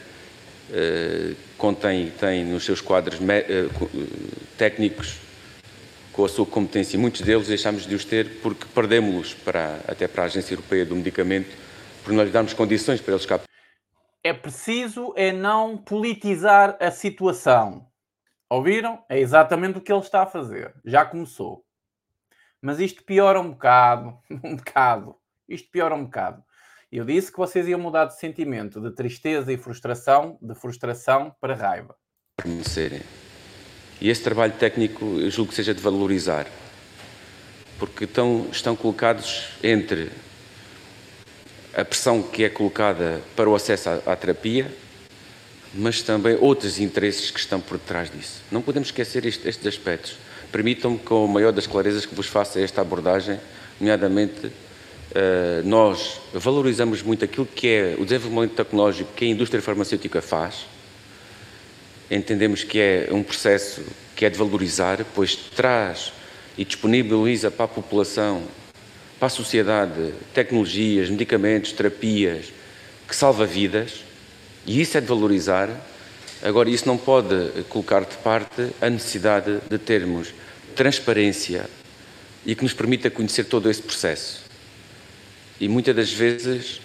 tem nos seus quadros técnicos com a sua competência, e muitos deles deixámos de os ter porque perdemos-los até para a Agência Europeia do Medicamento, por não lhes darmos condições para eles cá. é preciso não politizar a situação. Ouviram? É exatamente o que ele está a fazer. Já começou. Mas isto piora um bocado. Isto piora um bocado. Eu disse que vocês iam mudar de sentimento, de tristeza e frustração, de frustração para raiva. permanecerem. E esse trabalho técnico eu julgo que seja de valorizar, porque estão colocados entre a pressão que é colocada para o acesso à terapia, mas também outros interesses que estão por detrás disso. Não podemos esquecer estes aspectos. Permitam-me, com a maior das clarezas, que vos faça esta abordagem, nomeadamente, nós valorizamos muito aquilo que é o desenvolvimento tecnológico que a indústria farmacêutica faz. Entendemos que é um processo que é de valorizar, pois traz e disponibiliza para a população, para a sociedade, tecnologias, medicamentos, terapias, que salva vidas, e isso é de valorizar. Agora, isso não pode colocar de parte a necessidade de termos transparência e que nos permita conhecer todo esse processo. E muitas das vezes,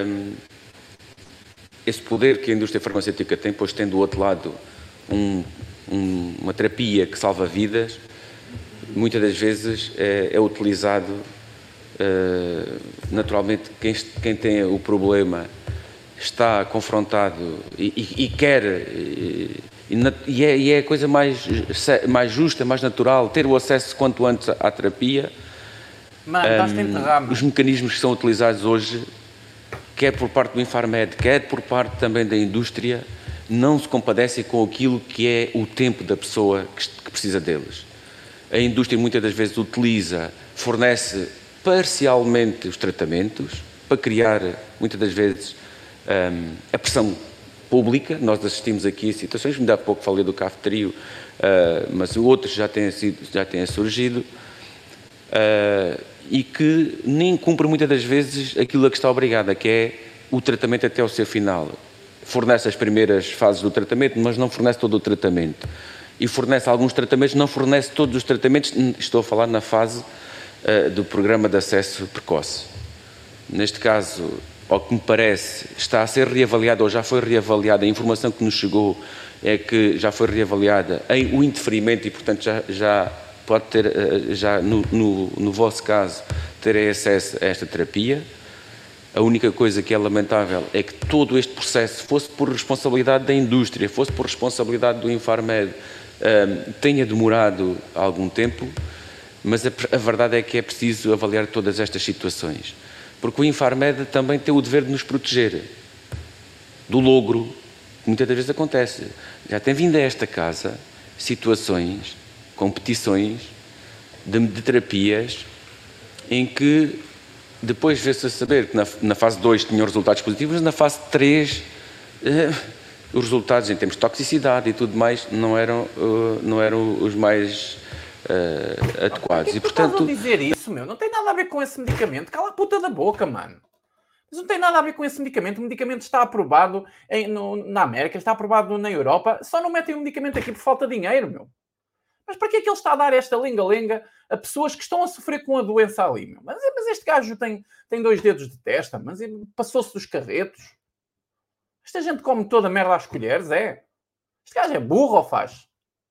esse poder que a indústria farmacêutica tem, pois tem do outro lado uma terapia que salva vidas, muitas das vezes é utilizado, naturalmente, quem tem o problema está confrontado e quer, e é a coisa mais justa, mais natural, ter o acesso quanto antes à terapia. Os mecanismos que são utilizados hoje, quer por parte do Infarmed, quer por parte também da indústria, não se compadecem com aquilo que é o tempo da pessoa que precisa deles. A indústria muitas das vezes fornece parcialmente os tratamentos para criar, muitas das vezes, a pressão pública. Nós assistimos aqui a situações, ainda há pouco falei do cafetrio, mas outros já têm surgido, e que nem cumpre muitas das vezes aquilo a que está obrigada, que é o tratamento até o seu final. Fornece as primeiras fases do tratamento, mas não fornece todo o tratamento. E fornece alguns tratamentos, não fornece todos os tratamentos. Estou a falar na fase do programa de acesso precoce. Neste caso, ao que me parece, está a ser reavaliada, ou já foi reavaliada, a informação que nos chegou é que já foi reavaliada o indeferimento e, portanto, já pode ter, no vosso caso, terem acesso a esta terapia. A única coisa que é lamentável é que todo este processo fosse por responsabilidade da indústria, fosse por responsabilidade do Infarmed, tenha demorado algum tempo, mas a verdade é que é preciso avaliar todas estas situações. Porque o Infarmed também tem o dever de nos proteger do logro, que muitas vezes acontece. Já tem vindo a esta casa situações, competições de terapias em que depois vê-se a saber que na fase 2 tinham resultados positivos, mas na fase 3 os resultados em termos de toxicidade e tudo mais não eram os mais adequados. E portanto, estás a dizer isso, meu? Não tem nada a ver com esse medicamento. Cala a puta da boca, mano. Mas não tem nada a ver com esse medicamento. O medicamento está aprovado na América, está aprovado na Europa. Só não metem o medicamento aqui por falta de dinheiro, meu. Mas para que é que ele está a dar esta lenga-lenga a pessoas que estão a sofrer com a doença ali, meu? Mas este gajo tem 2 dedos de testa, mas passou-se dos carretos. Esta gente come toda a merda às colheres, é? Este gajo é burro ou faz?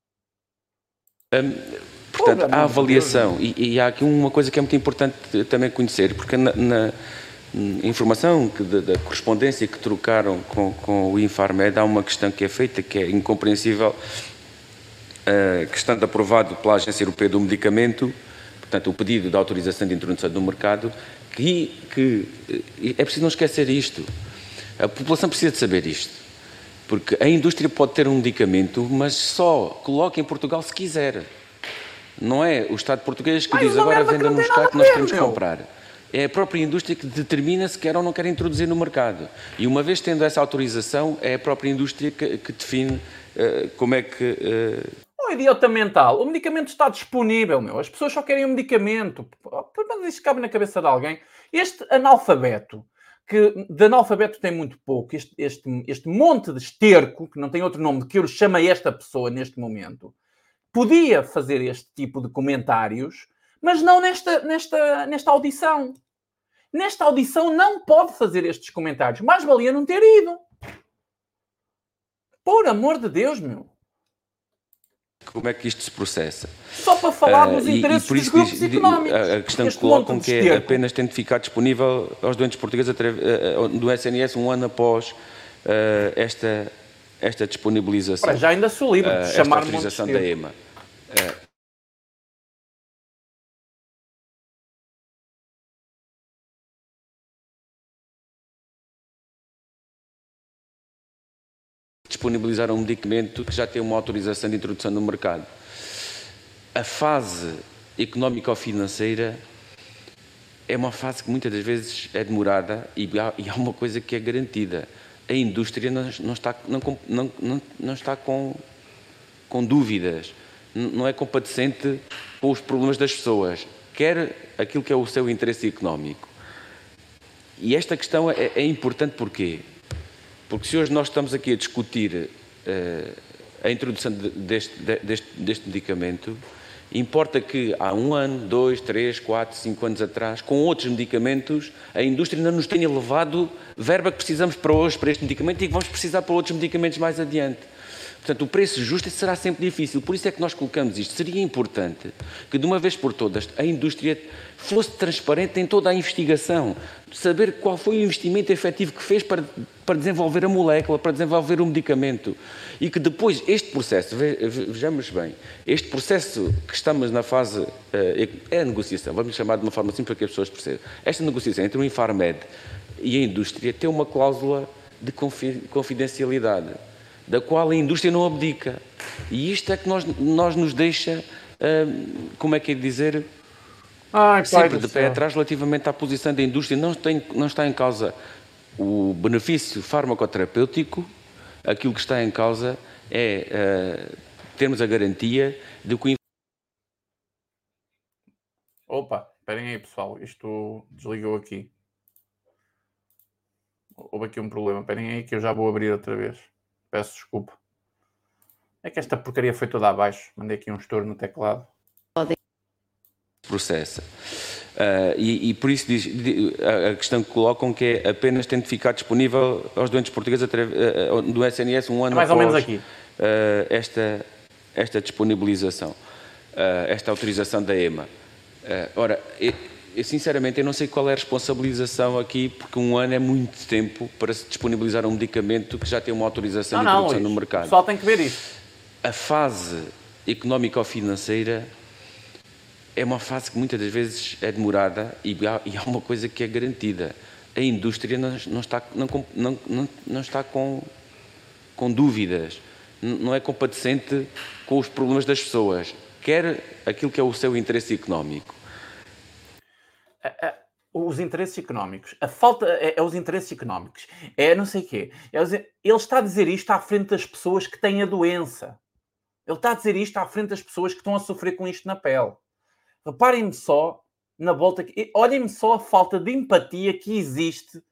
Portanto, a avaliação, e há aqui uma coisa que é muito importante também conhecer, porque na informação da correspondência que trocaram com o Infarmed, há uma questão que é feita, que é incompreensível, que estando aprovado pela Agência Europeia do Medicamento, portanto, o pedido de autorização de introdução no mercado, que é preciso não esquecer isto. A população precisa de saber isto, porque a indústria pode ter um medicamento, mas só coloca em Portugal se quiser. Não é o Estado português que diz agora venda-nos cá que nós queremos comprar. É a própria indústria que determina se quer ou não quer introduzir no mercado. E uma vez tendo essa autorização, é a própria indústria que define como é que... Idiota mental, o medicamento está disponível, meu. As pessoas só querem um medicamento. Mas isso cabe na cabeça de alguém. Este analfabeto, que de analfabeto tem muito pouco, este monte de esterco, que não tem outro nome que eu lhe chame esta pessoa neste momento, podia fazer este tipo de comentários, mas não nesta audição. Nesta audição não pode fazer estes comentários. Mais valia não ter ido. Por amor de Deus, meu. Como é que isto se processa? Só para falar dos interesses dos grupos económicos. A questão que colocam que é apenas tendo de ficar disponível aos doentes portugueses do SNS um ano após esta disponibilização. Para já ainda sou livre de esta chamar autorização da EMA. Disponibilizar um medicamento que já tem uma autorização de introdução no mercado. A fase económico-financeira é uma fase que muitas das vezes é demorada e há uma coisa que é garantida. A indústria não está com dúvidas, não é compadecente com os problemas das pessoas, quer aquilo que é o seu interesse económico. E esta questão é importante porquê? Porque se hoje nós estamos aqui a discutir a introdução deste medicamento, importa que há 1 ano, 2, 3, 4, 5 anos atrás, com outros medicamentos, a indústria ainda nos tenha levado verba que precisamos para hoje, para este medicamento, e que vamos precisar para outros medicamentos mais adiante. Portanto, o preço justo será sempre difícil. Por isso é que nós colocamos isto. Seria importante que, de uma vez por todas, a indústria fosse transparente em toda a investigação, saber qual foi o investimento efetivo que fez para desenvolver a molécula, para desenvolver o medicamento. E que depois este processo, vejamos bem, este processo que estamos na fase, é a negociação, vamos chamar de uma forma simples para que as pessoas percebam. Esta negociação entre o Infarmed e a indústria tem uma cláusula de confidencialidade, da qual a indústria não abdica. E isto é que nos deixa, como é que é dizer, sempre de pé atrás relativamente à posição da indústria. Não está em causa o benefício farmacoterapêutico, aquilo que está em causa é termos a garantia de que... Opa, esperem aí, pessoal, isto desligou aqui. Houve aqui um problema, esperem aí que eu já vou abrir outra vez. Peço desculpa. É que esta porcaria foi toda abaixo. Mandei aqui um estouro no teclado. Processa. E por isso a questão que colocam que é apenas tem de ficar disponível aos doentes portugueses do SNS 1 ano mais ou menos aqui. Esta disponibilização, esta autorização da EMA. Ora, eu sinceramente eu não sei qual é a responsabilização aqui, porque 1 ano é muito tempo para se disponibilizar um medicamento que já tem uma autorização de introdução no mercado. O pessoal tem que ver isto. A fase económico-financeira é uma fase que muitas das vezes é demorada e há uma coisa que é garantida. A indústria não está com dúvidas, não é compadecente com os problemas das pessoas, quer aquilo que é o seu interesse económico. Os interesses económicos. A falta é os interesses económicos. É não sei o quê. Ele está a dizer isto à frente das pessoas que têm a doença. Ele está a dizer isto à frente das pessoas que estão a sofrer com isto na pele. Reparem-me só na volta. Olhem-me só a falta de empatia que existe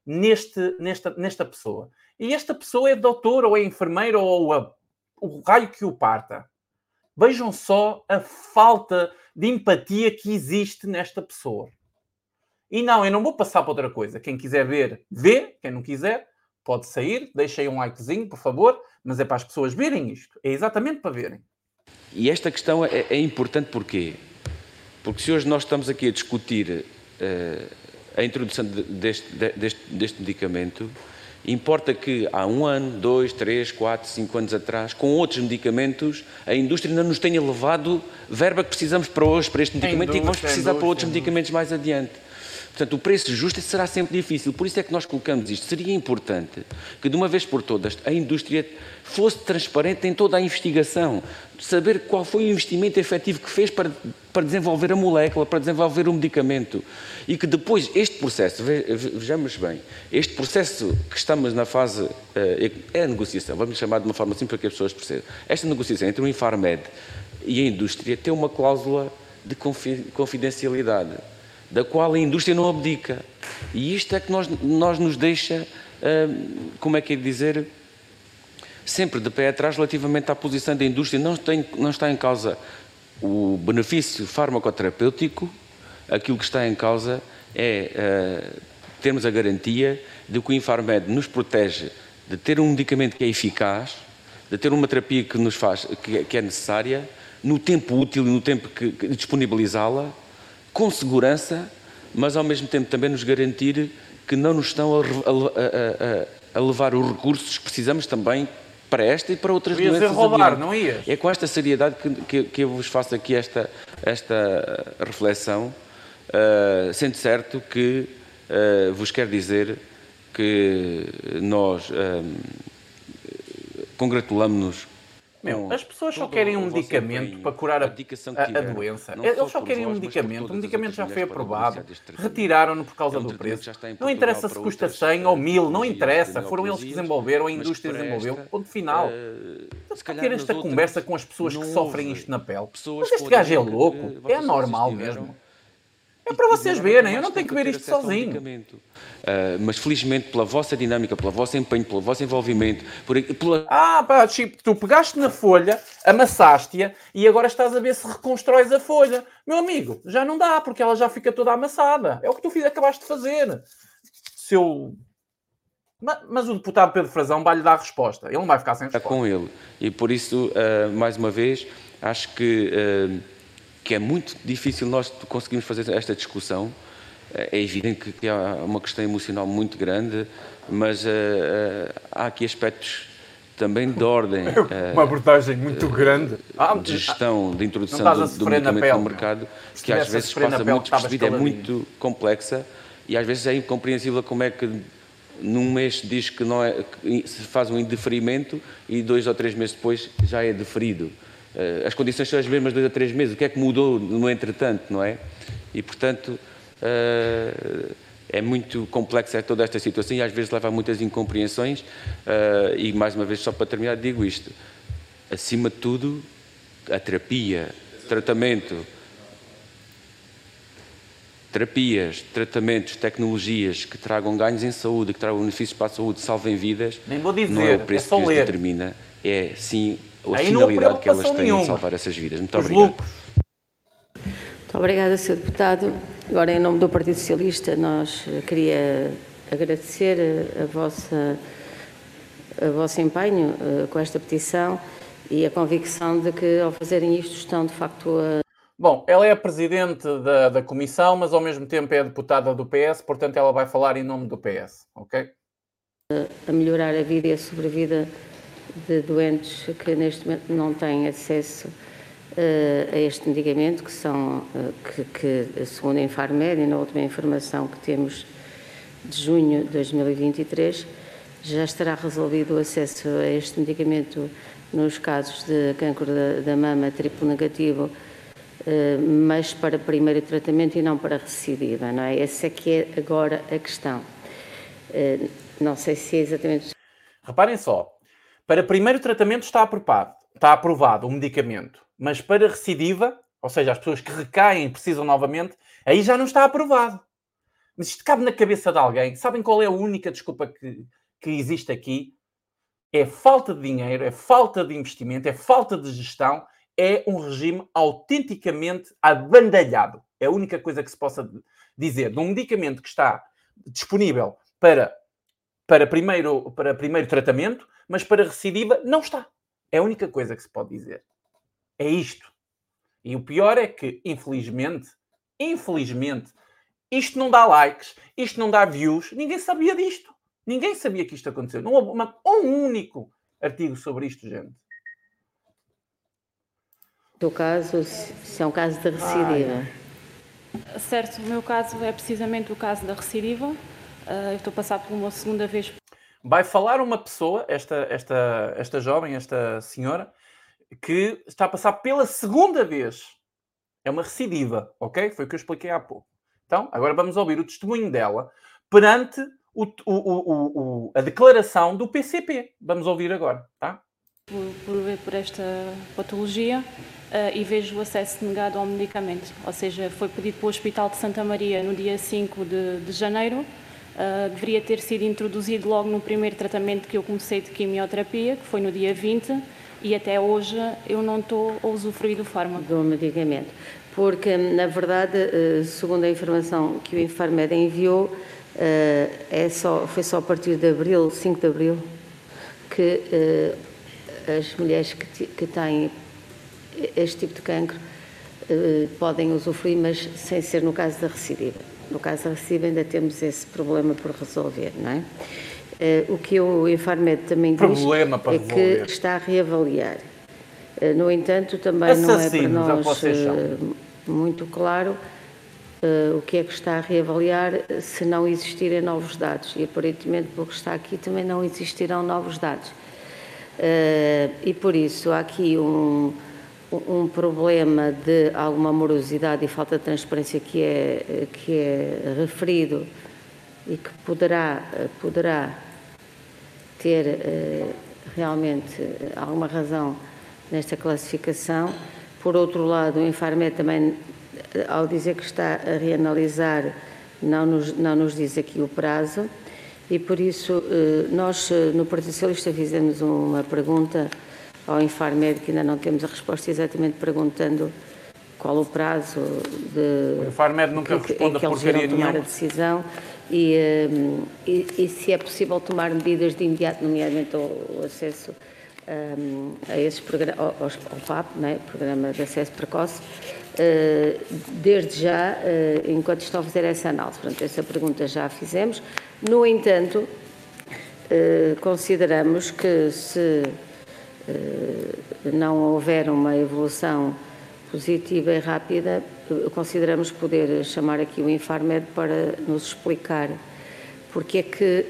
nesta pessoa. E esta pessoa é doutor, ou é enfermeira, ou o raio que o parta. Vejam só a falta de empatia que existe nesta pessoa. E não, eu não vou passar para outra coisa. Quem quiser ver, vê. Quem não quiser, pode sair. Deixem um likezinho, por favor. Mas é para as pessoas verem isto. É exatamente para verem. E esta questão é importante porquê? Porque se hoje nós estamos aqui a discutir a introdução deste medicamento, importa que há 1 ano, 2, 3, 4, 5 anos atrás, com outros medicamentos, a indústria ainda nos tenha levado verba que precisamos para hoje, para este medicamento, e que vamos precisar para outros medicamentos mais adiante. Portanto, o preço justo será sempre difícil. Por isso é que nós colocamos isto. Seria importante que, de uma vez por todas, a indústria fosse transparente em toda a investigação, saber qual foi o investimento efetivo que fez para desenvolver a molécula, para desenvolver o medicamento. E que depois este processo, vejamos bem, este processo que estamos na fase, é a negociação, vamos chamar de uma forma simples para que as pessoas percebam. Esta negociação entre o Infarmed e a indústria tem uma cláusula de confidencialidade, da qual a indústria não abdica. E isto é que nos deixa, como é que é dizer, sempre de pé atrás relativamente à posição da indústria. Não está em causa o benefício farmacoterapêutico, aquilo que está em causa é termos a garantia de que o Infarmed nos protege de ter um medicamento que é eficaz, de ter uma terapia que é necessária, no tempo útil e no tempo que disponibilizá-la, com segurança, mas ao mesmo tempo também nos garantir que não nos estão a levar os recursos que precisamos também para esta e para outras Ias doenças. roubar, não ias? É com esta seriedade que eu vos faço aqui esta reflexão, sendo certo que vos quero dizer que nós congratulamos-nos. As pessoas só querem um medicamento para curar a doença. Eles só querem um medicamento. O medicamento já foi aprovado. Retiraram-no por causa do preço. Não interessa se custa 100 ou 1000, não interessa. Foram eles que desenvolveram, a indústria desenvolveu. Ponto final. Para ter esta conversa com as pessoas que sofrem isto na pele. Mas este gajo é louco. É anormal mesmo. É para vocês verem, eu não tenho que ver isto sozinho. Mas felizmente pela vossa dinâmica, pelo vosso empenho, pelo vosso envolvimento... Chico, tu pegaste na folha, amassaste-a e agora estás a ver se reconstróis a folha. Meu amigo, já não dá, porque ela já fica toda amassada. É o que tu acabaste de fazer. Mas o deputado Pedro Frazão vai-lhe dar a resposta. Ele não vai ficar sem resposta. Com ele. E por isso, mais uma vez, acho que é muito difícil nós conseguirmos fazer esta discussão. É evidente que há uma questão emocional muito grande, mas há aqui aspectos também de ordem... uma abordagem muito grande. De gestão, de introdução do medicamento no mercado, que às vezes passa muito despercebida, é muito complexa e às vezes é incompreensível como é que num mês diz que não é, que se faz um indeferimento e 2 ou 3 meses depois já é deferido. As condições são as mesmas 2 a 3 meses. O que é que mudou no entretanto, não é? E, portanto, é muito complexa toda esta situação e às vezes leva a muitas incompreensões. E, mais uma vez, só para terminar, digo isto. Acima de tudo, a terapia, tratamentos, tecnologias que tragam ganhos em saúde, que tragam benefícios para a saúde, salvem vidas. Nem vou dizer, não é o preço que os determina, é sim a finalidade que elas têm de salvar essas vidas. Muito obrigado. Muito obrigada, Sr. Deputado. Agora, em nome do Partido Socialista, nós queria agradecer o vosso empenho com esta petição e a convicção de que, ao fazerem isto, estão, de facto, Bom, ela é a presidente da comissão, mas, ao mesmo tempo, é a deputada do PS, portanto, ela vai falar em nome do PS, ok? A melhorar a vida e a sobrevida de doentes que neste momento não têm acesso a este medicamento, que segundo a Infarmed e na última informação que temos de junho de 2023, já estará resolvido o acesso a este medicamento nos casos de cancro da mama triplo negativo, mas para primeiro tratamento e não para recidiva, não é? Essa é que é agora a questão. Não sei se é exatamente... Reparem só. Para primeiro tratamento está aprovado o medicamento, mas para recidiva, ou seja, as pessoas que recaem e precisam novamente, aí já não está aprovado. Mas isto cabe na cabeça de alguém. Sabem qual é a única desculpa que existe aqui? É falta de dinheiro, é falta de investimento, é falta de gestão, é um regime autenticamente abandalhado. É a única coisa que se possa dizer de um medicamento que está disponível para primeiro tratamento, mas para recidiva não está. É a única coisa que se pode dizer. É isto. E o pior é que, infelizmente, isto não dá likes, isto não dá views. Ninguém sabia disto. Ninguém sabia que isto aconteceu. Não houve um único artigo sobre isto, gente. Do caso, se é um caso de recidiva. Certo, o meu caso é precisamente o caso da recidiva. Eu estou a passar por uma segunda vez. Vai falar uma pessoa, esta jovem, esta senhora, que está a passar pela segunda vez. É uma recidiva, ok? Foi o que eu expliquei há pouco. Então, agora vamos ouvir o testemunho dela perante a declaração do PCP. Vamos ouvir agora, tá? Por esta patologia e vejo o acesso negado ao medicamento. Ou seja, foi pedido para o Hospital de Santa Maria no dia 5 de janeiro. Deveria ter sido introduzido logo no primeiro tratamento que eu comecei de quimioterapia, que foi no dia 20, e até hoje eu não estou a usufruir do fármaco. Do medicamento. Porque, na verdade, segundo a informação que o Infarmed enviou, foi só a partir de abril, 5 de abril, que as mulheres que têm este tipo de cancro podem usufruir, mas sem ser no caso da recidiva. No caso da recidiva ainda temos esse problema por resolver, não é? O que o Infarmed também diz é que está a reavaliar. No entanto, também não é para nós muito claro o que é que está a reavaliar se não existirem novos dados. E aparentemente, pelo que está aqui, também não existirão novos dados. E por isso há aqui um problema de alguma morosidade e falta de transparência que é referido e que poderá ter realmente alguma razão nesta classificação. Por outro lado, o Infarmed também, ao dizer que está a reanalisar, não nos diz aqui o prazo, e por isso nós no Partido Socialista fizemos uma pergunta ao Infarmed, que ainda não temos a resposta, exatamente perguntando qual o prazo o Infarmed nunca responde que eles irão tomar a decisão e se é possível tomar medidas de imediato, nomeadamente o acesso a esses programas, ao PAP, não é? Programa de Acesso Precoce, desde já, enquanto estão a fazer essa análise. Portanto, essa pergunta já a fizemos. No entanto, consideramos que se não houver uma evolução positiva e rápida, consideramos poder chamar aqui o Infarmed para nos explicar porque é que,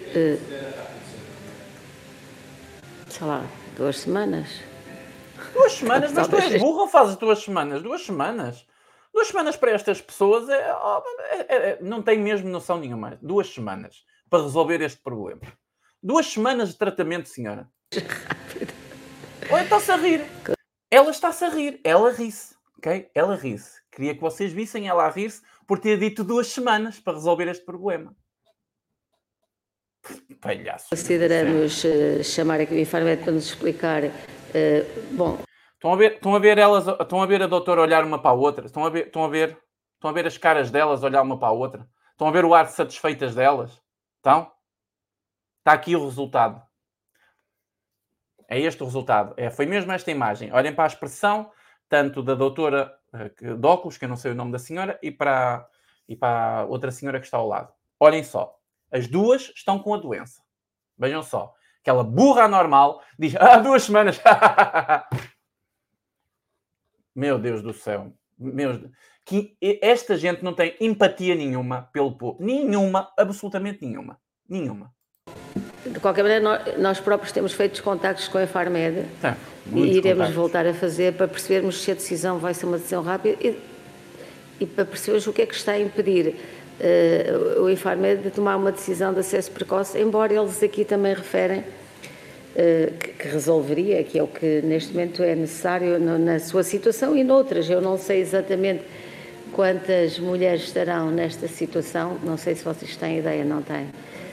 sei lá, 2 semanas? 2 semanas? Mas tu és burro ou fazes 2 semanas? 2 semanas? 2 semanas para estas pessoas não tem mesmo noção nenhuma. 2 semanas para resolver este problema. 2 semanas de tratamento, senhora. Olha, está-se a rir. Ela está-se a rir. Ela ri-se. Ok? Ela ri-se. Queria que vocês vissem ela a rir-se por ter dito 2 semanas para resolver este problema. Palhaço. Consideramos chamar aqui o Infarmed para nos explicar. Bom. Estão a ver a doutora olhar uma para a outra? Estão a ver as caras delas olhar uma para a outra? Estão a ver o ar de satisfeitas delas? Estão? Está aqui o resultado. É este o resultado. Foi mesmo esta imagem. Olhem para a expressão, tanto da doutora de óculos, que eu não sei o nome da senhora, e para a outra senhora que está ao lado. Olhem só. As duas estão com a doença. Vejam só. Aquela burra anormal diz, 2 semanas. Meu Deus do céu. Que esta gente não tem empatia nenhuma pelo povo. Nenhuma, absolutamente nenhuma. Nenhuma. De qualquer maneira, nós próprios temos feito contactos com a Infarmed e iremos voltar a fazer para percebermos se a decisão vai ser uma decisão rápida e para percebermos o que é que está a impedir o Infarmed de tomar uma decisão de acesso precoce, embora eles aqui também referem que resolveria, que é o que neste momento é necessário na sua situação e noutras. Eu não sei exatamente quantas mulheres estarão nesta situação, não sei se vocês têm ideia, não têm.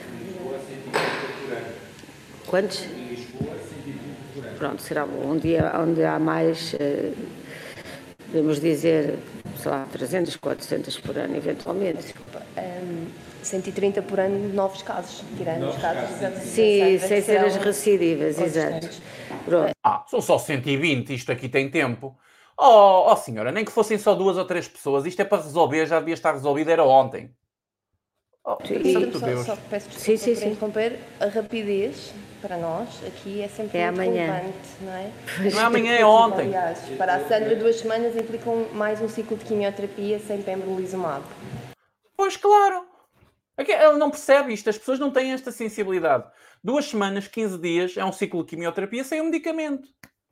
Quantos? Pronto, será um dia onde há mais, podemos dizer, sei lá, 300, 400 por ano, eventualmente. 130 por ano, novos casos, tirando os casos. Sim, sem ser as recidivas, exato. Pronto. São só 120, isto aqui tem tempo. Senhora, nem que fossem só 2 ou 3 pessoas, isto é para resolver, já devia estar resolvido, era ontem. Só peço desculpa por interromper, a rapidez para nós aqui é sempre muito relevante, não é? Não é amanhã, é ontem. Aliás, para a Sandra, 2 semanas implicam mais um ciclo de quimioterapia sem pembrolizumab. Pois claro. Ela não percebe isto, as pessoas não têm esta sensibilidade. 2 semanas, 15 dias, é um ciclo de quimioterapia sem um medicamento.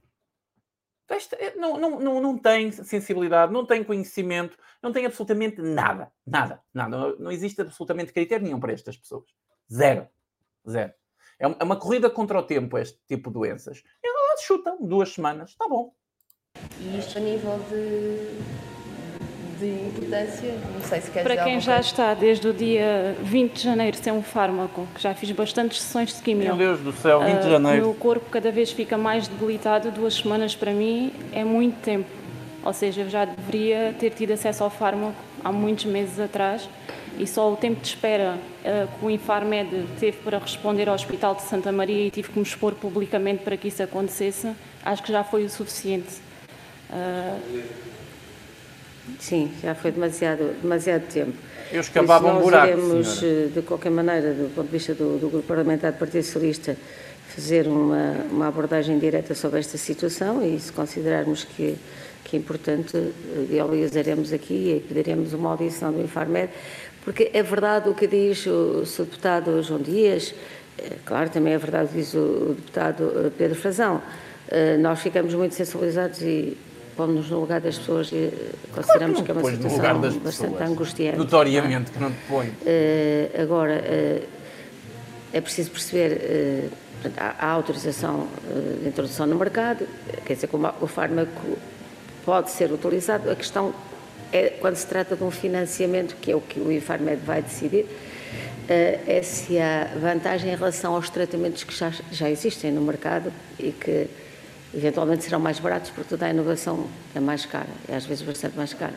Não tem sensibilidade, não tem conhecimento, não tem absolutamente nada. Nada. Não existe absolutamente critério nenhum para estas pessoas. Zero. É uma corrida contra o tempo, este tipo de doenças. E elas chutam 2 semanas, está bom. E isto a nível de importância, não sei se quer para dizer quem já está desde o dia 20 de janeiro sem um fármaco, que já fiz bastantes sessões de quimio. Meu Deus do céu, 20 de janeiro. O meu corpo cada vez fica mais debilitado, 2 semanas para mim é muito tempo. Ou seja, eu já deveria ter tido acesso ao fármaco há muitos meses atrás e só o tempo de espera que o Infarmed teve para responder ao Hospital de Santa Maria e tive que me expor publicamente para que isso acontecesse, acho que já foi o suficiente. Sim, já foi demasiado tempo. Eu escavava um buraco, iremos, senhora. de qualquer maneira, do ponto de vista do Grupo Parlamentar do Partido Socialista, fazer uma abordagem direta sobre esta situação e, se considerarmos que é importante, dialogaremos aqui e pediremos uma audição do Infarmed, porque é verdade o que diz o Sr. Deputado João Dias, claro, também é verdade o que diz o Deputado Pedro Frazão. Nós ficamos muito sensibilizados e pomos-nos no lugar das pessoas e consideramos que é uma situação bastante angustiante. Notoriamente que não te põe. Agora, é preciso perceber, há autorização de introdução no mercado, quer dizer, como o fármaco pode ser utilizado, a questão é, quando se trata de um financiamento, que é o que o Infarmed vai decidir, é se há vantagem em relação aos tratamentos que já existem no mercado e que eventualmente serão mais baratos, porque toda a inovação é mais cara, é às vezes bastante mais cara.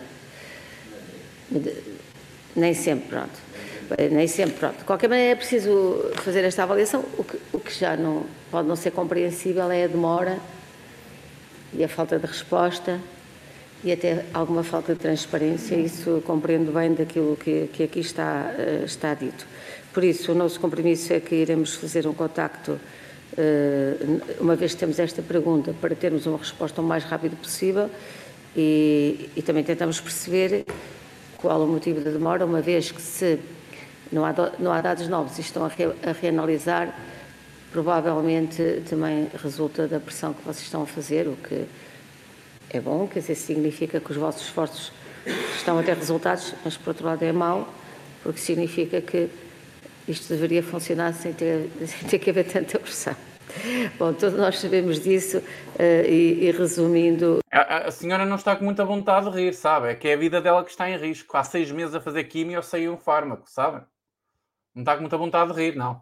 Nem sempre, pronto. De qualquer maneira é preciso fazer esta avaliação. O que já não pode não ser compreensível é a demora e a falta de resposta e até alguma falta de transparência. Isso eu compreendo bem daquilo que aqui está dito. Por isso, o nosso compromisso é que iremos fazer um contacto, uma vez que temos esta pergunta, para termos uma resposta o mais rápido possível e também tentamos perceber qual o motivo da demora, uma vez que se não há dados novos e estão a reanalisar, provavelmente também resulta da pressão que vocês estão a fazer, o que é bom, quer dizer, significa que os vossos esforços estão a ter resultados, mas por outro lado é mau, porque significa que isto deveria funcionar sem ter que haver tanta pressão. Bom, todos nós sabemos disso e resumindo... A senhora não está com muita vontade de rir, sabe? É que é a vida dela que está em risco. Há 6 meses a fazer quimio ou saiu um fármaco, sabe? Não está com muita vontade de rir, não.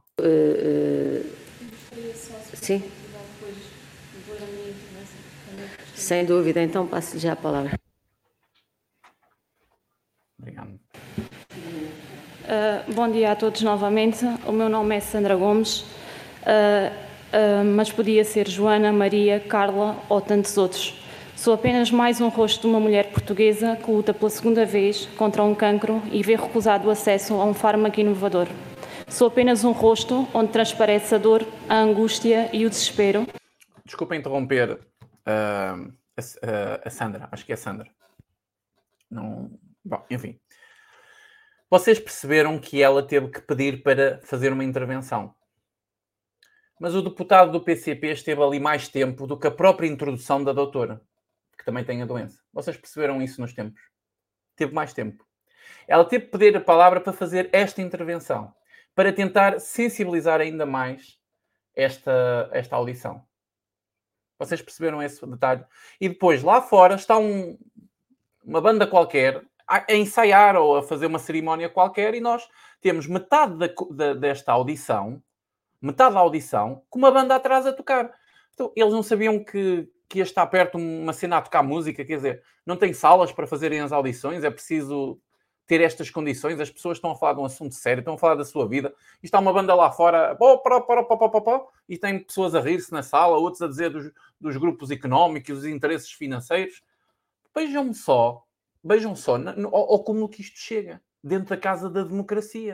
Sim. Sem dúvida, então passo-lhe já a palavra. Obrigado. Bom dia a todos novamente. O meu nome é Sandra Gomes, mas podia ser Joana, Maria, Carla ou tantos outros. Sou apenas mais um rosto de uma mulher portuguesa que luta pela segunda vez contra um cancro e vê recusado o acesso a um fármaco inovador. Sou apenas um rosto onde transparece a dor, a angústia e o desespero. Desculpa interromper a Sandra, acho que é a Sandra. Não... Bom, enfim. Vocês perceberam que ela teve que pedir para fazer uma intervenção. Mas o deputado do PCP esteve ali mais tempo do que a própria introdução da doutora, que também tem a doença. Vocês perceberam isso nos tempos? Teve mais tempo. Ela teve que pedir a palavra para fazer esta intervenção, para tentar sensibilizar ainda mais esta audição. Vocês perceberam esse detalhe? E depois, lá fora, está uma banda qualquer a ensaiar ou a fazer uma cerimónia qualquer e nós temos metade desta audição, metade da audição, com uma banda atrás a tocar. Então, eles não sabiam que ia estar perto uma cena a tocar música, quer dizer, não tem salas para fazerem as audições, é preciso ter estas condições, as pessoas estão a falar de um assunto sério, estão a falar da sua vida, e está uma banda lá fora, e tem pessoas a rir-se na sala, outros a dizer dos grupos económicos, dos interesses financeiros. Vejam só ao como que isto chega, dentro da casa da democracia.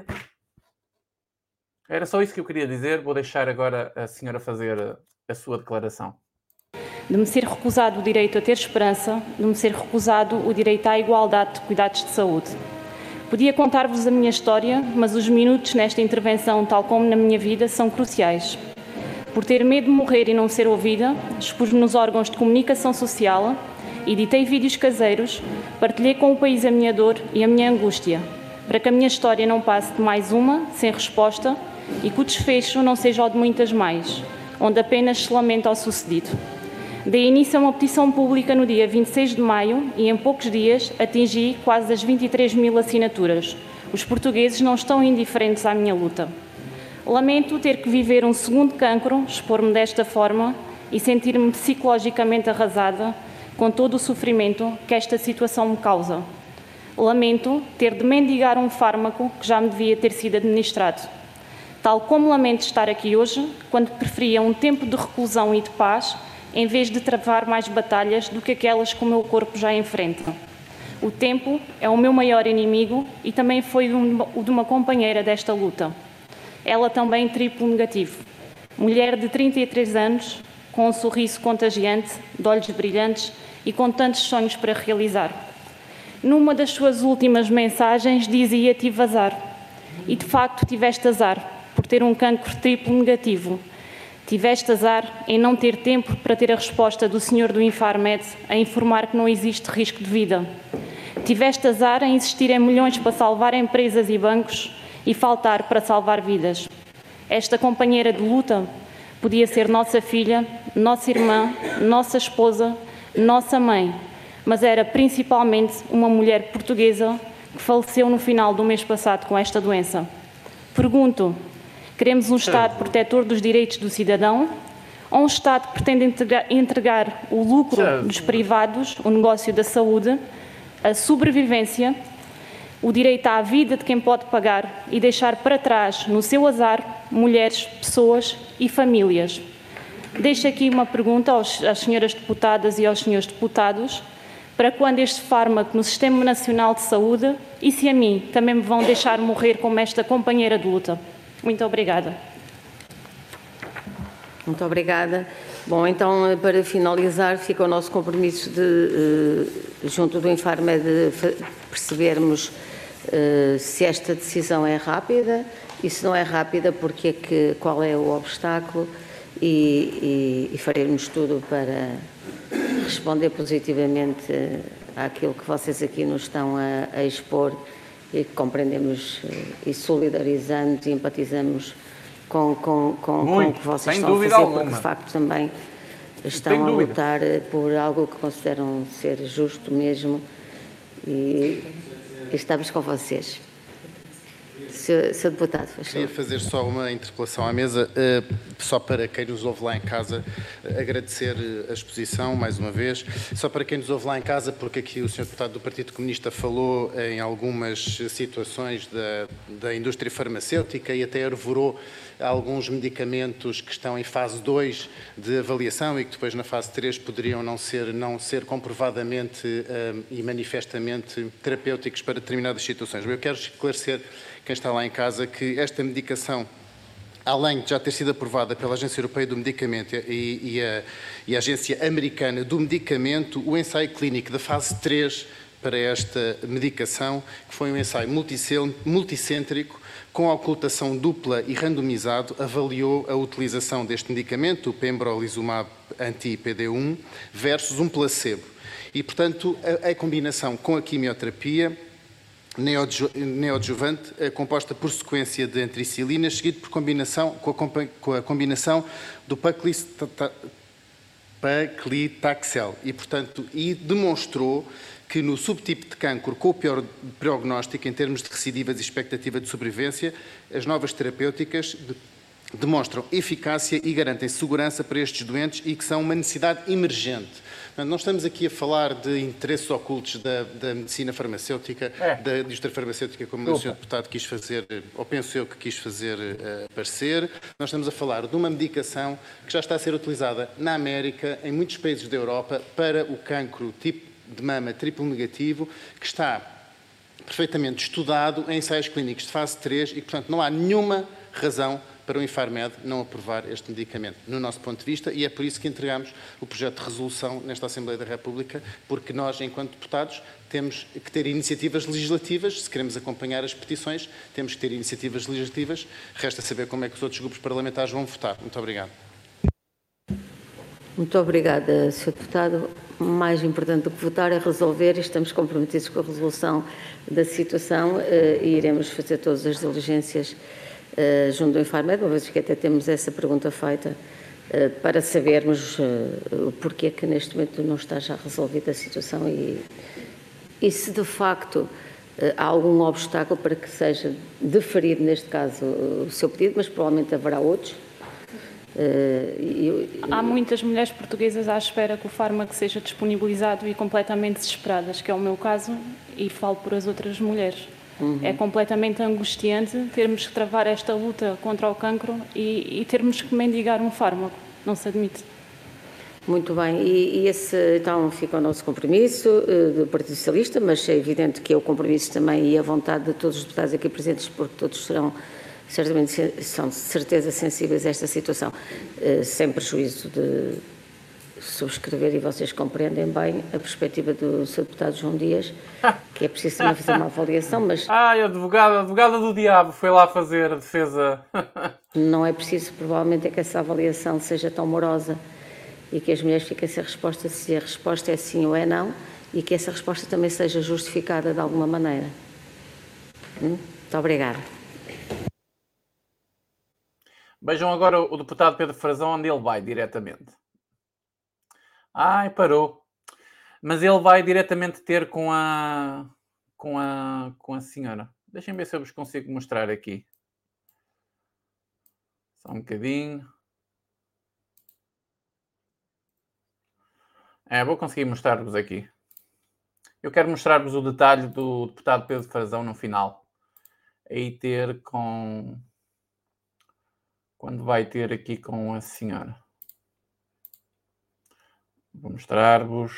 Era só isso que eu queria dizer, vou deixar agora a senhora fazer a sua declaração. De me ser recusado o direito a ter esperança, de me ser recusado o direito à igualdade de cuidados de saúde. Podia contar-vos a minha história, mas os minutos nesta intervenção, tal como na minha vida, são cruciais. Por ter medo de morrer e não ser ouvida, expus-me nos órgãos de comunicação social, editei vídeos caseiros, partilhei com o país a minha dor e a minha angústia, para que a minha história não passe de mais uma, sem resposta, e que o desfecho não seja o de muitas mais, onde apenas se lamenta o sucedido. Dei início a uma petição pública no dia 26 de maio e em poucos dias atingi quase as 23 mil assinaturas. Os portugueses não estão indiferentes à minha luta. Lamento ter que viver um segundo cancro, expor-me desta forma e sentir-me psicologicamente arrasada com todo o sofrimento que esta situação me causa. Lamento ter de mendigar um fármaco que já me devia ter sido administrado. Tal como lamento estar aqui hoje, quando preferia um tempo de reclusão e de paz, em vez de travar mais batalhas do que aquelas que o meu corpo já enfrenta. O tempo é o meu maior inimigo e também foi o de uma companheira desta luta. Ela também triplo negativo. Mulher de 33 anos, com um sorriso contagiante, de olhos brilhantes e com tantos sonhos para realizar. Numa das suas últimas mensagens dizia: tive azar. E de facto tiveste azar, por ter um cancro triplo negativo. Tiveste azar em não ter tempo para ter a resposta do senhor do Infarmed a informar que não existe risco de vida. Tiveste azar em insistir em milhões para salvar empresas e bancos e faltar para salvar vidas. Esta companheira de luta podia ser nossa filha, nossa irmã, nossa esposa, nossa mãe, mas era principalmente uma mulher portuguesa que faleceu no final do mês passado com esta doença. Pergunto: queremos um Estado protetor dos direitos do cidadão ou um Estado que pretende entregar o lucro dos privados, o negócio da saúde, a sobrevivência, o direito à vida de quem pode pagar e deixar para trás, no seu azar, mulheres, pessoas e famílias? Deixo aqui uma pergunta às senhoras deputadas e aos senhores deputados: para quando este fármaco no Sistema Nacional de Saúde, e se a mim também me vão deixar morrer como esta companheira de luta? Muito obrigada. Muito obrigada. Bom, então, para finalizar, fica o nosso compromisso junto do Infarmed, de percebermos se esta decisão é rápida e, se não é rápida, qual é o obstáculo, e faremos tudo para responder positivamente àquilo que vocês aqui nos estão a expor, e que compreendemos e solidarizamos e empatizamos com o que vocês estão a fazer, porque de facto também estão a lutar por algo que consideram ser justo mesmo, e estamos com vocês. Sr. Deputado, faz favor. Queria fazer só uma interpelação à mesa, só para quem nos ouve lá em casa, agradecer a exposição, mais uma vez, só para quem nos ouve lá em casa, porque aqui o Sr. Deputado do Partido Comunista falou em algumas situações da indústria farmacêutica e até arvorou alguns medicamentos que estão em fase 2 de avaliação e que depois na fase 3 poderiam não ser comprovadamente e manifestamente terapêuticos para determinadas situações. Eu quero esclarecer quem está lá em casa que esta medicação, além de já ter sido aprovada pela Agência Europeia do Medicamento e a Agência Americana do Medicamento, o ensaio clínico da fase 3 para esta medicação, que foi um ensaio multicêntrico, com ocultação dupla e randomizado, avaliou a utilização deste medicamento, o pembrolizumab anti-PD1, versus um placebo. E, portanto, a combinação com a quimioterapia neoadjuvante, composta por sequência de antricilinas, seguido por com a combinação do paclitaxel. E, portanto, demonstrou que no subtipo de cancro com o pior prognóstico em termos de recidivas e expectativa de sobrevivência, as novas terapêuticas demonstram eficácia e garantem segurança para estes doentes e que são uma necessidade emergente. Portanto, não estamos aqui a falar de interesses ocultos da medicina farmacêutica, da indústria farmacêutica, como o Sr. Deputado quis fazer, ou penso eu que quis fazer parecer. Nós estamos a falar de uma medicação que já está a ser utilizada na América, em muitos países da Europa, para o cancro tipo de mama triplo negativo, que está perfeitamente estudado em ensaios clínicos de fase 3 e que, portanto, não há nenhuma razão para o Infarmed não aprovar este medicamento, no nosso ponto de vista, e é por isso que entregamos o projeto de resolução nesta Assembleia da República, porque nós, enquanto deputados, temos que ter iniciativas legislativas. Se queremos acompanhar as petições, temos que ter iniciativas legislativas. Resta saber como é que os outros grupos parlamentares vão votar. Muito obrigado. Muito obrigada, Sr. Deputado. Mais importante do que votar é resolver, e estamos comprometidos com a resolução da situação, e iremos fazer todas as diligências junto do Infarmed, uma vez que até temos essa pergunta feita, para sabermos o porquê que neste momento não está já resolvida a situação e se de facto há algum obstáculo para que seja deferido, neste caso, o seu pedido, mas provavelmente haverá outros. Há muitas mulheres portuguesas à espera que o fármaco seja disponibilizado e completamente desesperadas, que é o meu caso, e falo por as outras mulheres. É completamente angustiante termos que travar esta luta contra o cancro e termos que mendigar um fármaco. Não se admite. Muito bem, e esse então fica o nosso compromisso do Partido Socialista, mas é evidente que é o compromisso também e a vontade de todos os deputados aqui presentes, porque todos são de certeza sensíveis a esta situação, sem prejuízo de subscrever, e vocês compreendem bem a perspectiva do Sr. Deputado João Dias, que é preciso também fazer uma avaliação, mas... Ai, advogada do diabo, foi lá fazer a defesa. Não é preciso, provavelmente, é que essa avaliação seja tão morosa e que as mulheres fiquem sem resposta se a resposta é sim ou é não, e que essa resposta também seja justificada de alguma maneira. Muito obrigada. Vejam agora o deputado Pedro Frazão, onde ele vai diretamente. Ai, parou. Mas ele vai diretamente ter com a senhora. Deixem ver se eu vos consigo mostrar aqui. Só um bocadinho. Vou conseguir mostrar-vos aqui. Eu quero mostrar-vos o detalhe do deputado Pedro Frazão no final. Aí ter com... Quando vai ter aqui com a senhora. Vou mostrar-vos.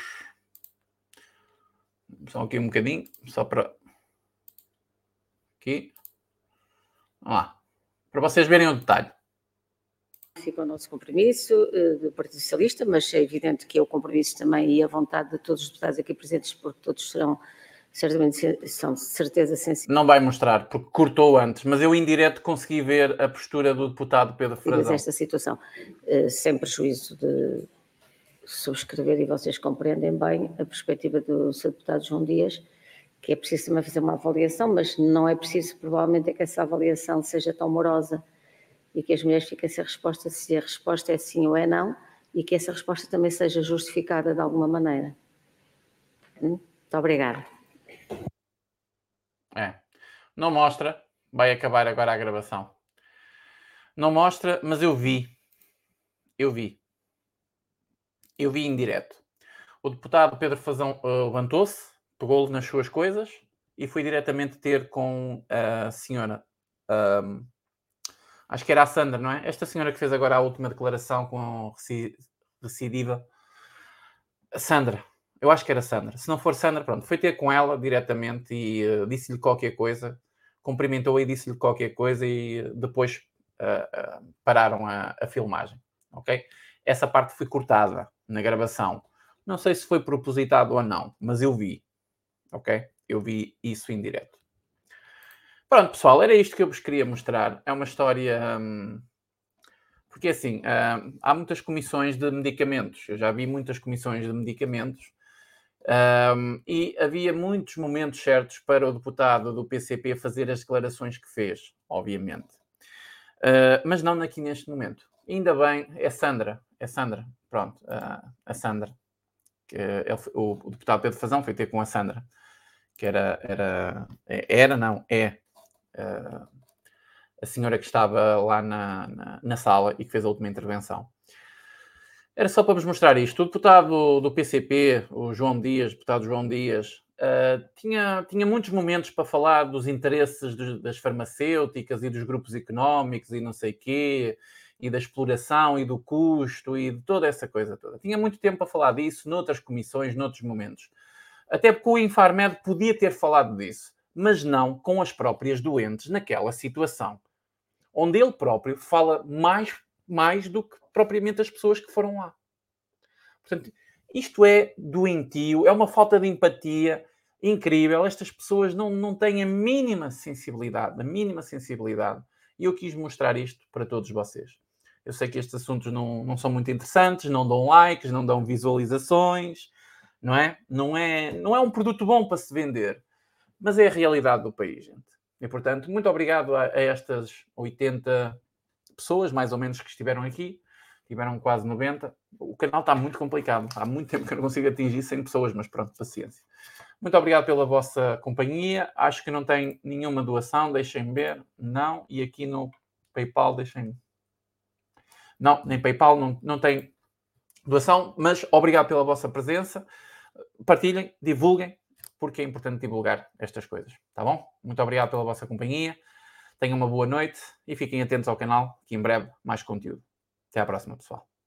Só aqui um bocadinho. Só para... Aqui. Vamos lá. Para vocês verem o detalhe. Fica o nosso compromisso do Partido Socialista, mas é evidente que é o compromisso também e a vontade de todos os deputados aqui presentes, porque todos são de certeza sensíveis. Não vai mostrar, porque cortou antes, mas eu em direto consegui ver a postura do deputado Pedro Frazão. Esta situação, sem prejuízo de subscrever, e vocês compreendem bem a perspectiva do Sr. Deputado João Dias, que é preciso também fazer uma avaliação, mas não é preciso, provavelmente, é que essa avaliação seja tão morosa e que as mulheres fiquem sem resposta se a resposta é sim ou é não, e que essa resposta também seja justificada de alguma maneira. Muito obrigada. Não mostra, vai acabar agora a gravação. Não mostra, mas eu vi em direto. O deputado Pedro Frazão levantou-se, pegou-lhe nas suas coisas e foi diretamente ter com a senhora... acho que era a Sandra, não é? Esta senhora que fez agora a última declaração com recidiva. Sandra. Eu acho que era Sandra. Se não for Sandra, pronto. Foi ter com ela diretamente e disse-lhe qualquer coisa. Cumprimentou-a e disse-lhe qualquer coisa e depois pararam a filmagem. Ok? Essa parte foi cortada na gravação. Não sei se foi propositado ou não, mas eu vi. Ok? Eu vi isso em direto. Pronto, pessoal, era isto que eu vos queria mostrar. É uma história... porque, assim, há muitas comissões de medicamentos. Eu já vi muitas comissões de medicamentos. E havia muitos momentos certos para o deputado do PCP fazer as declarações que fez, obviamente. Mas não aqui neste momento. Ainda bem, é Sandra. Pronto, a Sandra. O deputado Pedro Frazão foi ter com a Sandra. Que é a senhora que estava lá na sala e que fez a última intervenção. Era só para vos mostrar isto. O deputado do PCP, o João Dias, deputado João Dias, tinha muitos momentos para falar dos interesses das farmacêuticas e dos grupos económicos e não sei quê, e da exploração e do custo e de toda essa coisa toda. Tinha muito tempo para falar disso noutras comissões, noutros momentos. Até porque o Infarmed podia ter falado disso, mas não com as próprias doentes naquela situação, onde ele próprio fala mais do que propriamente as pessoas que foram lá. Portanto, isto é doentio, é uma falta de empatia incrível. Estas pessoas não têm a mínima sensibilidade, e eu quis mostrar isto para todos vocês. Eu sei que estes assuntos não são muito interessantes, não dão likes, não dão visualizações, não é? Não é um produto bom para se vender, mas é a realidade do país, gente. E, portanto, muito obrigado a estas 80 pessoas, mais ou menos, que estiveram aqui. Tiveram quase 90. O canal está muito complicado. Há muito tempo que eu não consigo atingir 100 pessoas, mas pronto, paciência. Muito obrigado pela vossa companhia. Acho que não tem nenhuma doação. Deixem-me ver. Não. E aqui no PayPal, deixem-me... Não, nem PayPal, não tem doação, mas obrigado pela vossa presença. Partilhem, divulguem, porque é importante divulgar estas coisas. Tá bom? Muito obrigado pela vossa companhia. Tenham uma boa noite e fiquem atentos ao canal, que em breve mais conteúdo. Até à próxima, pessoal.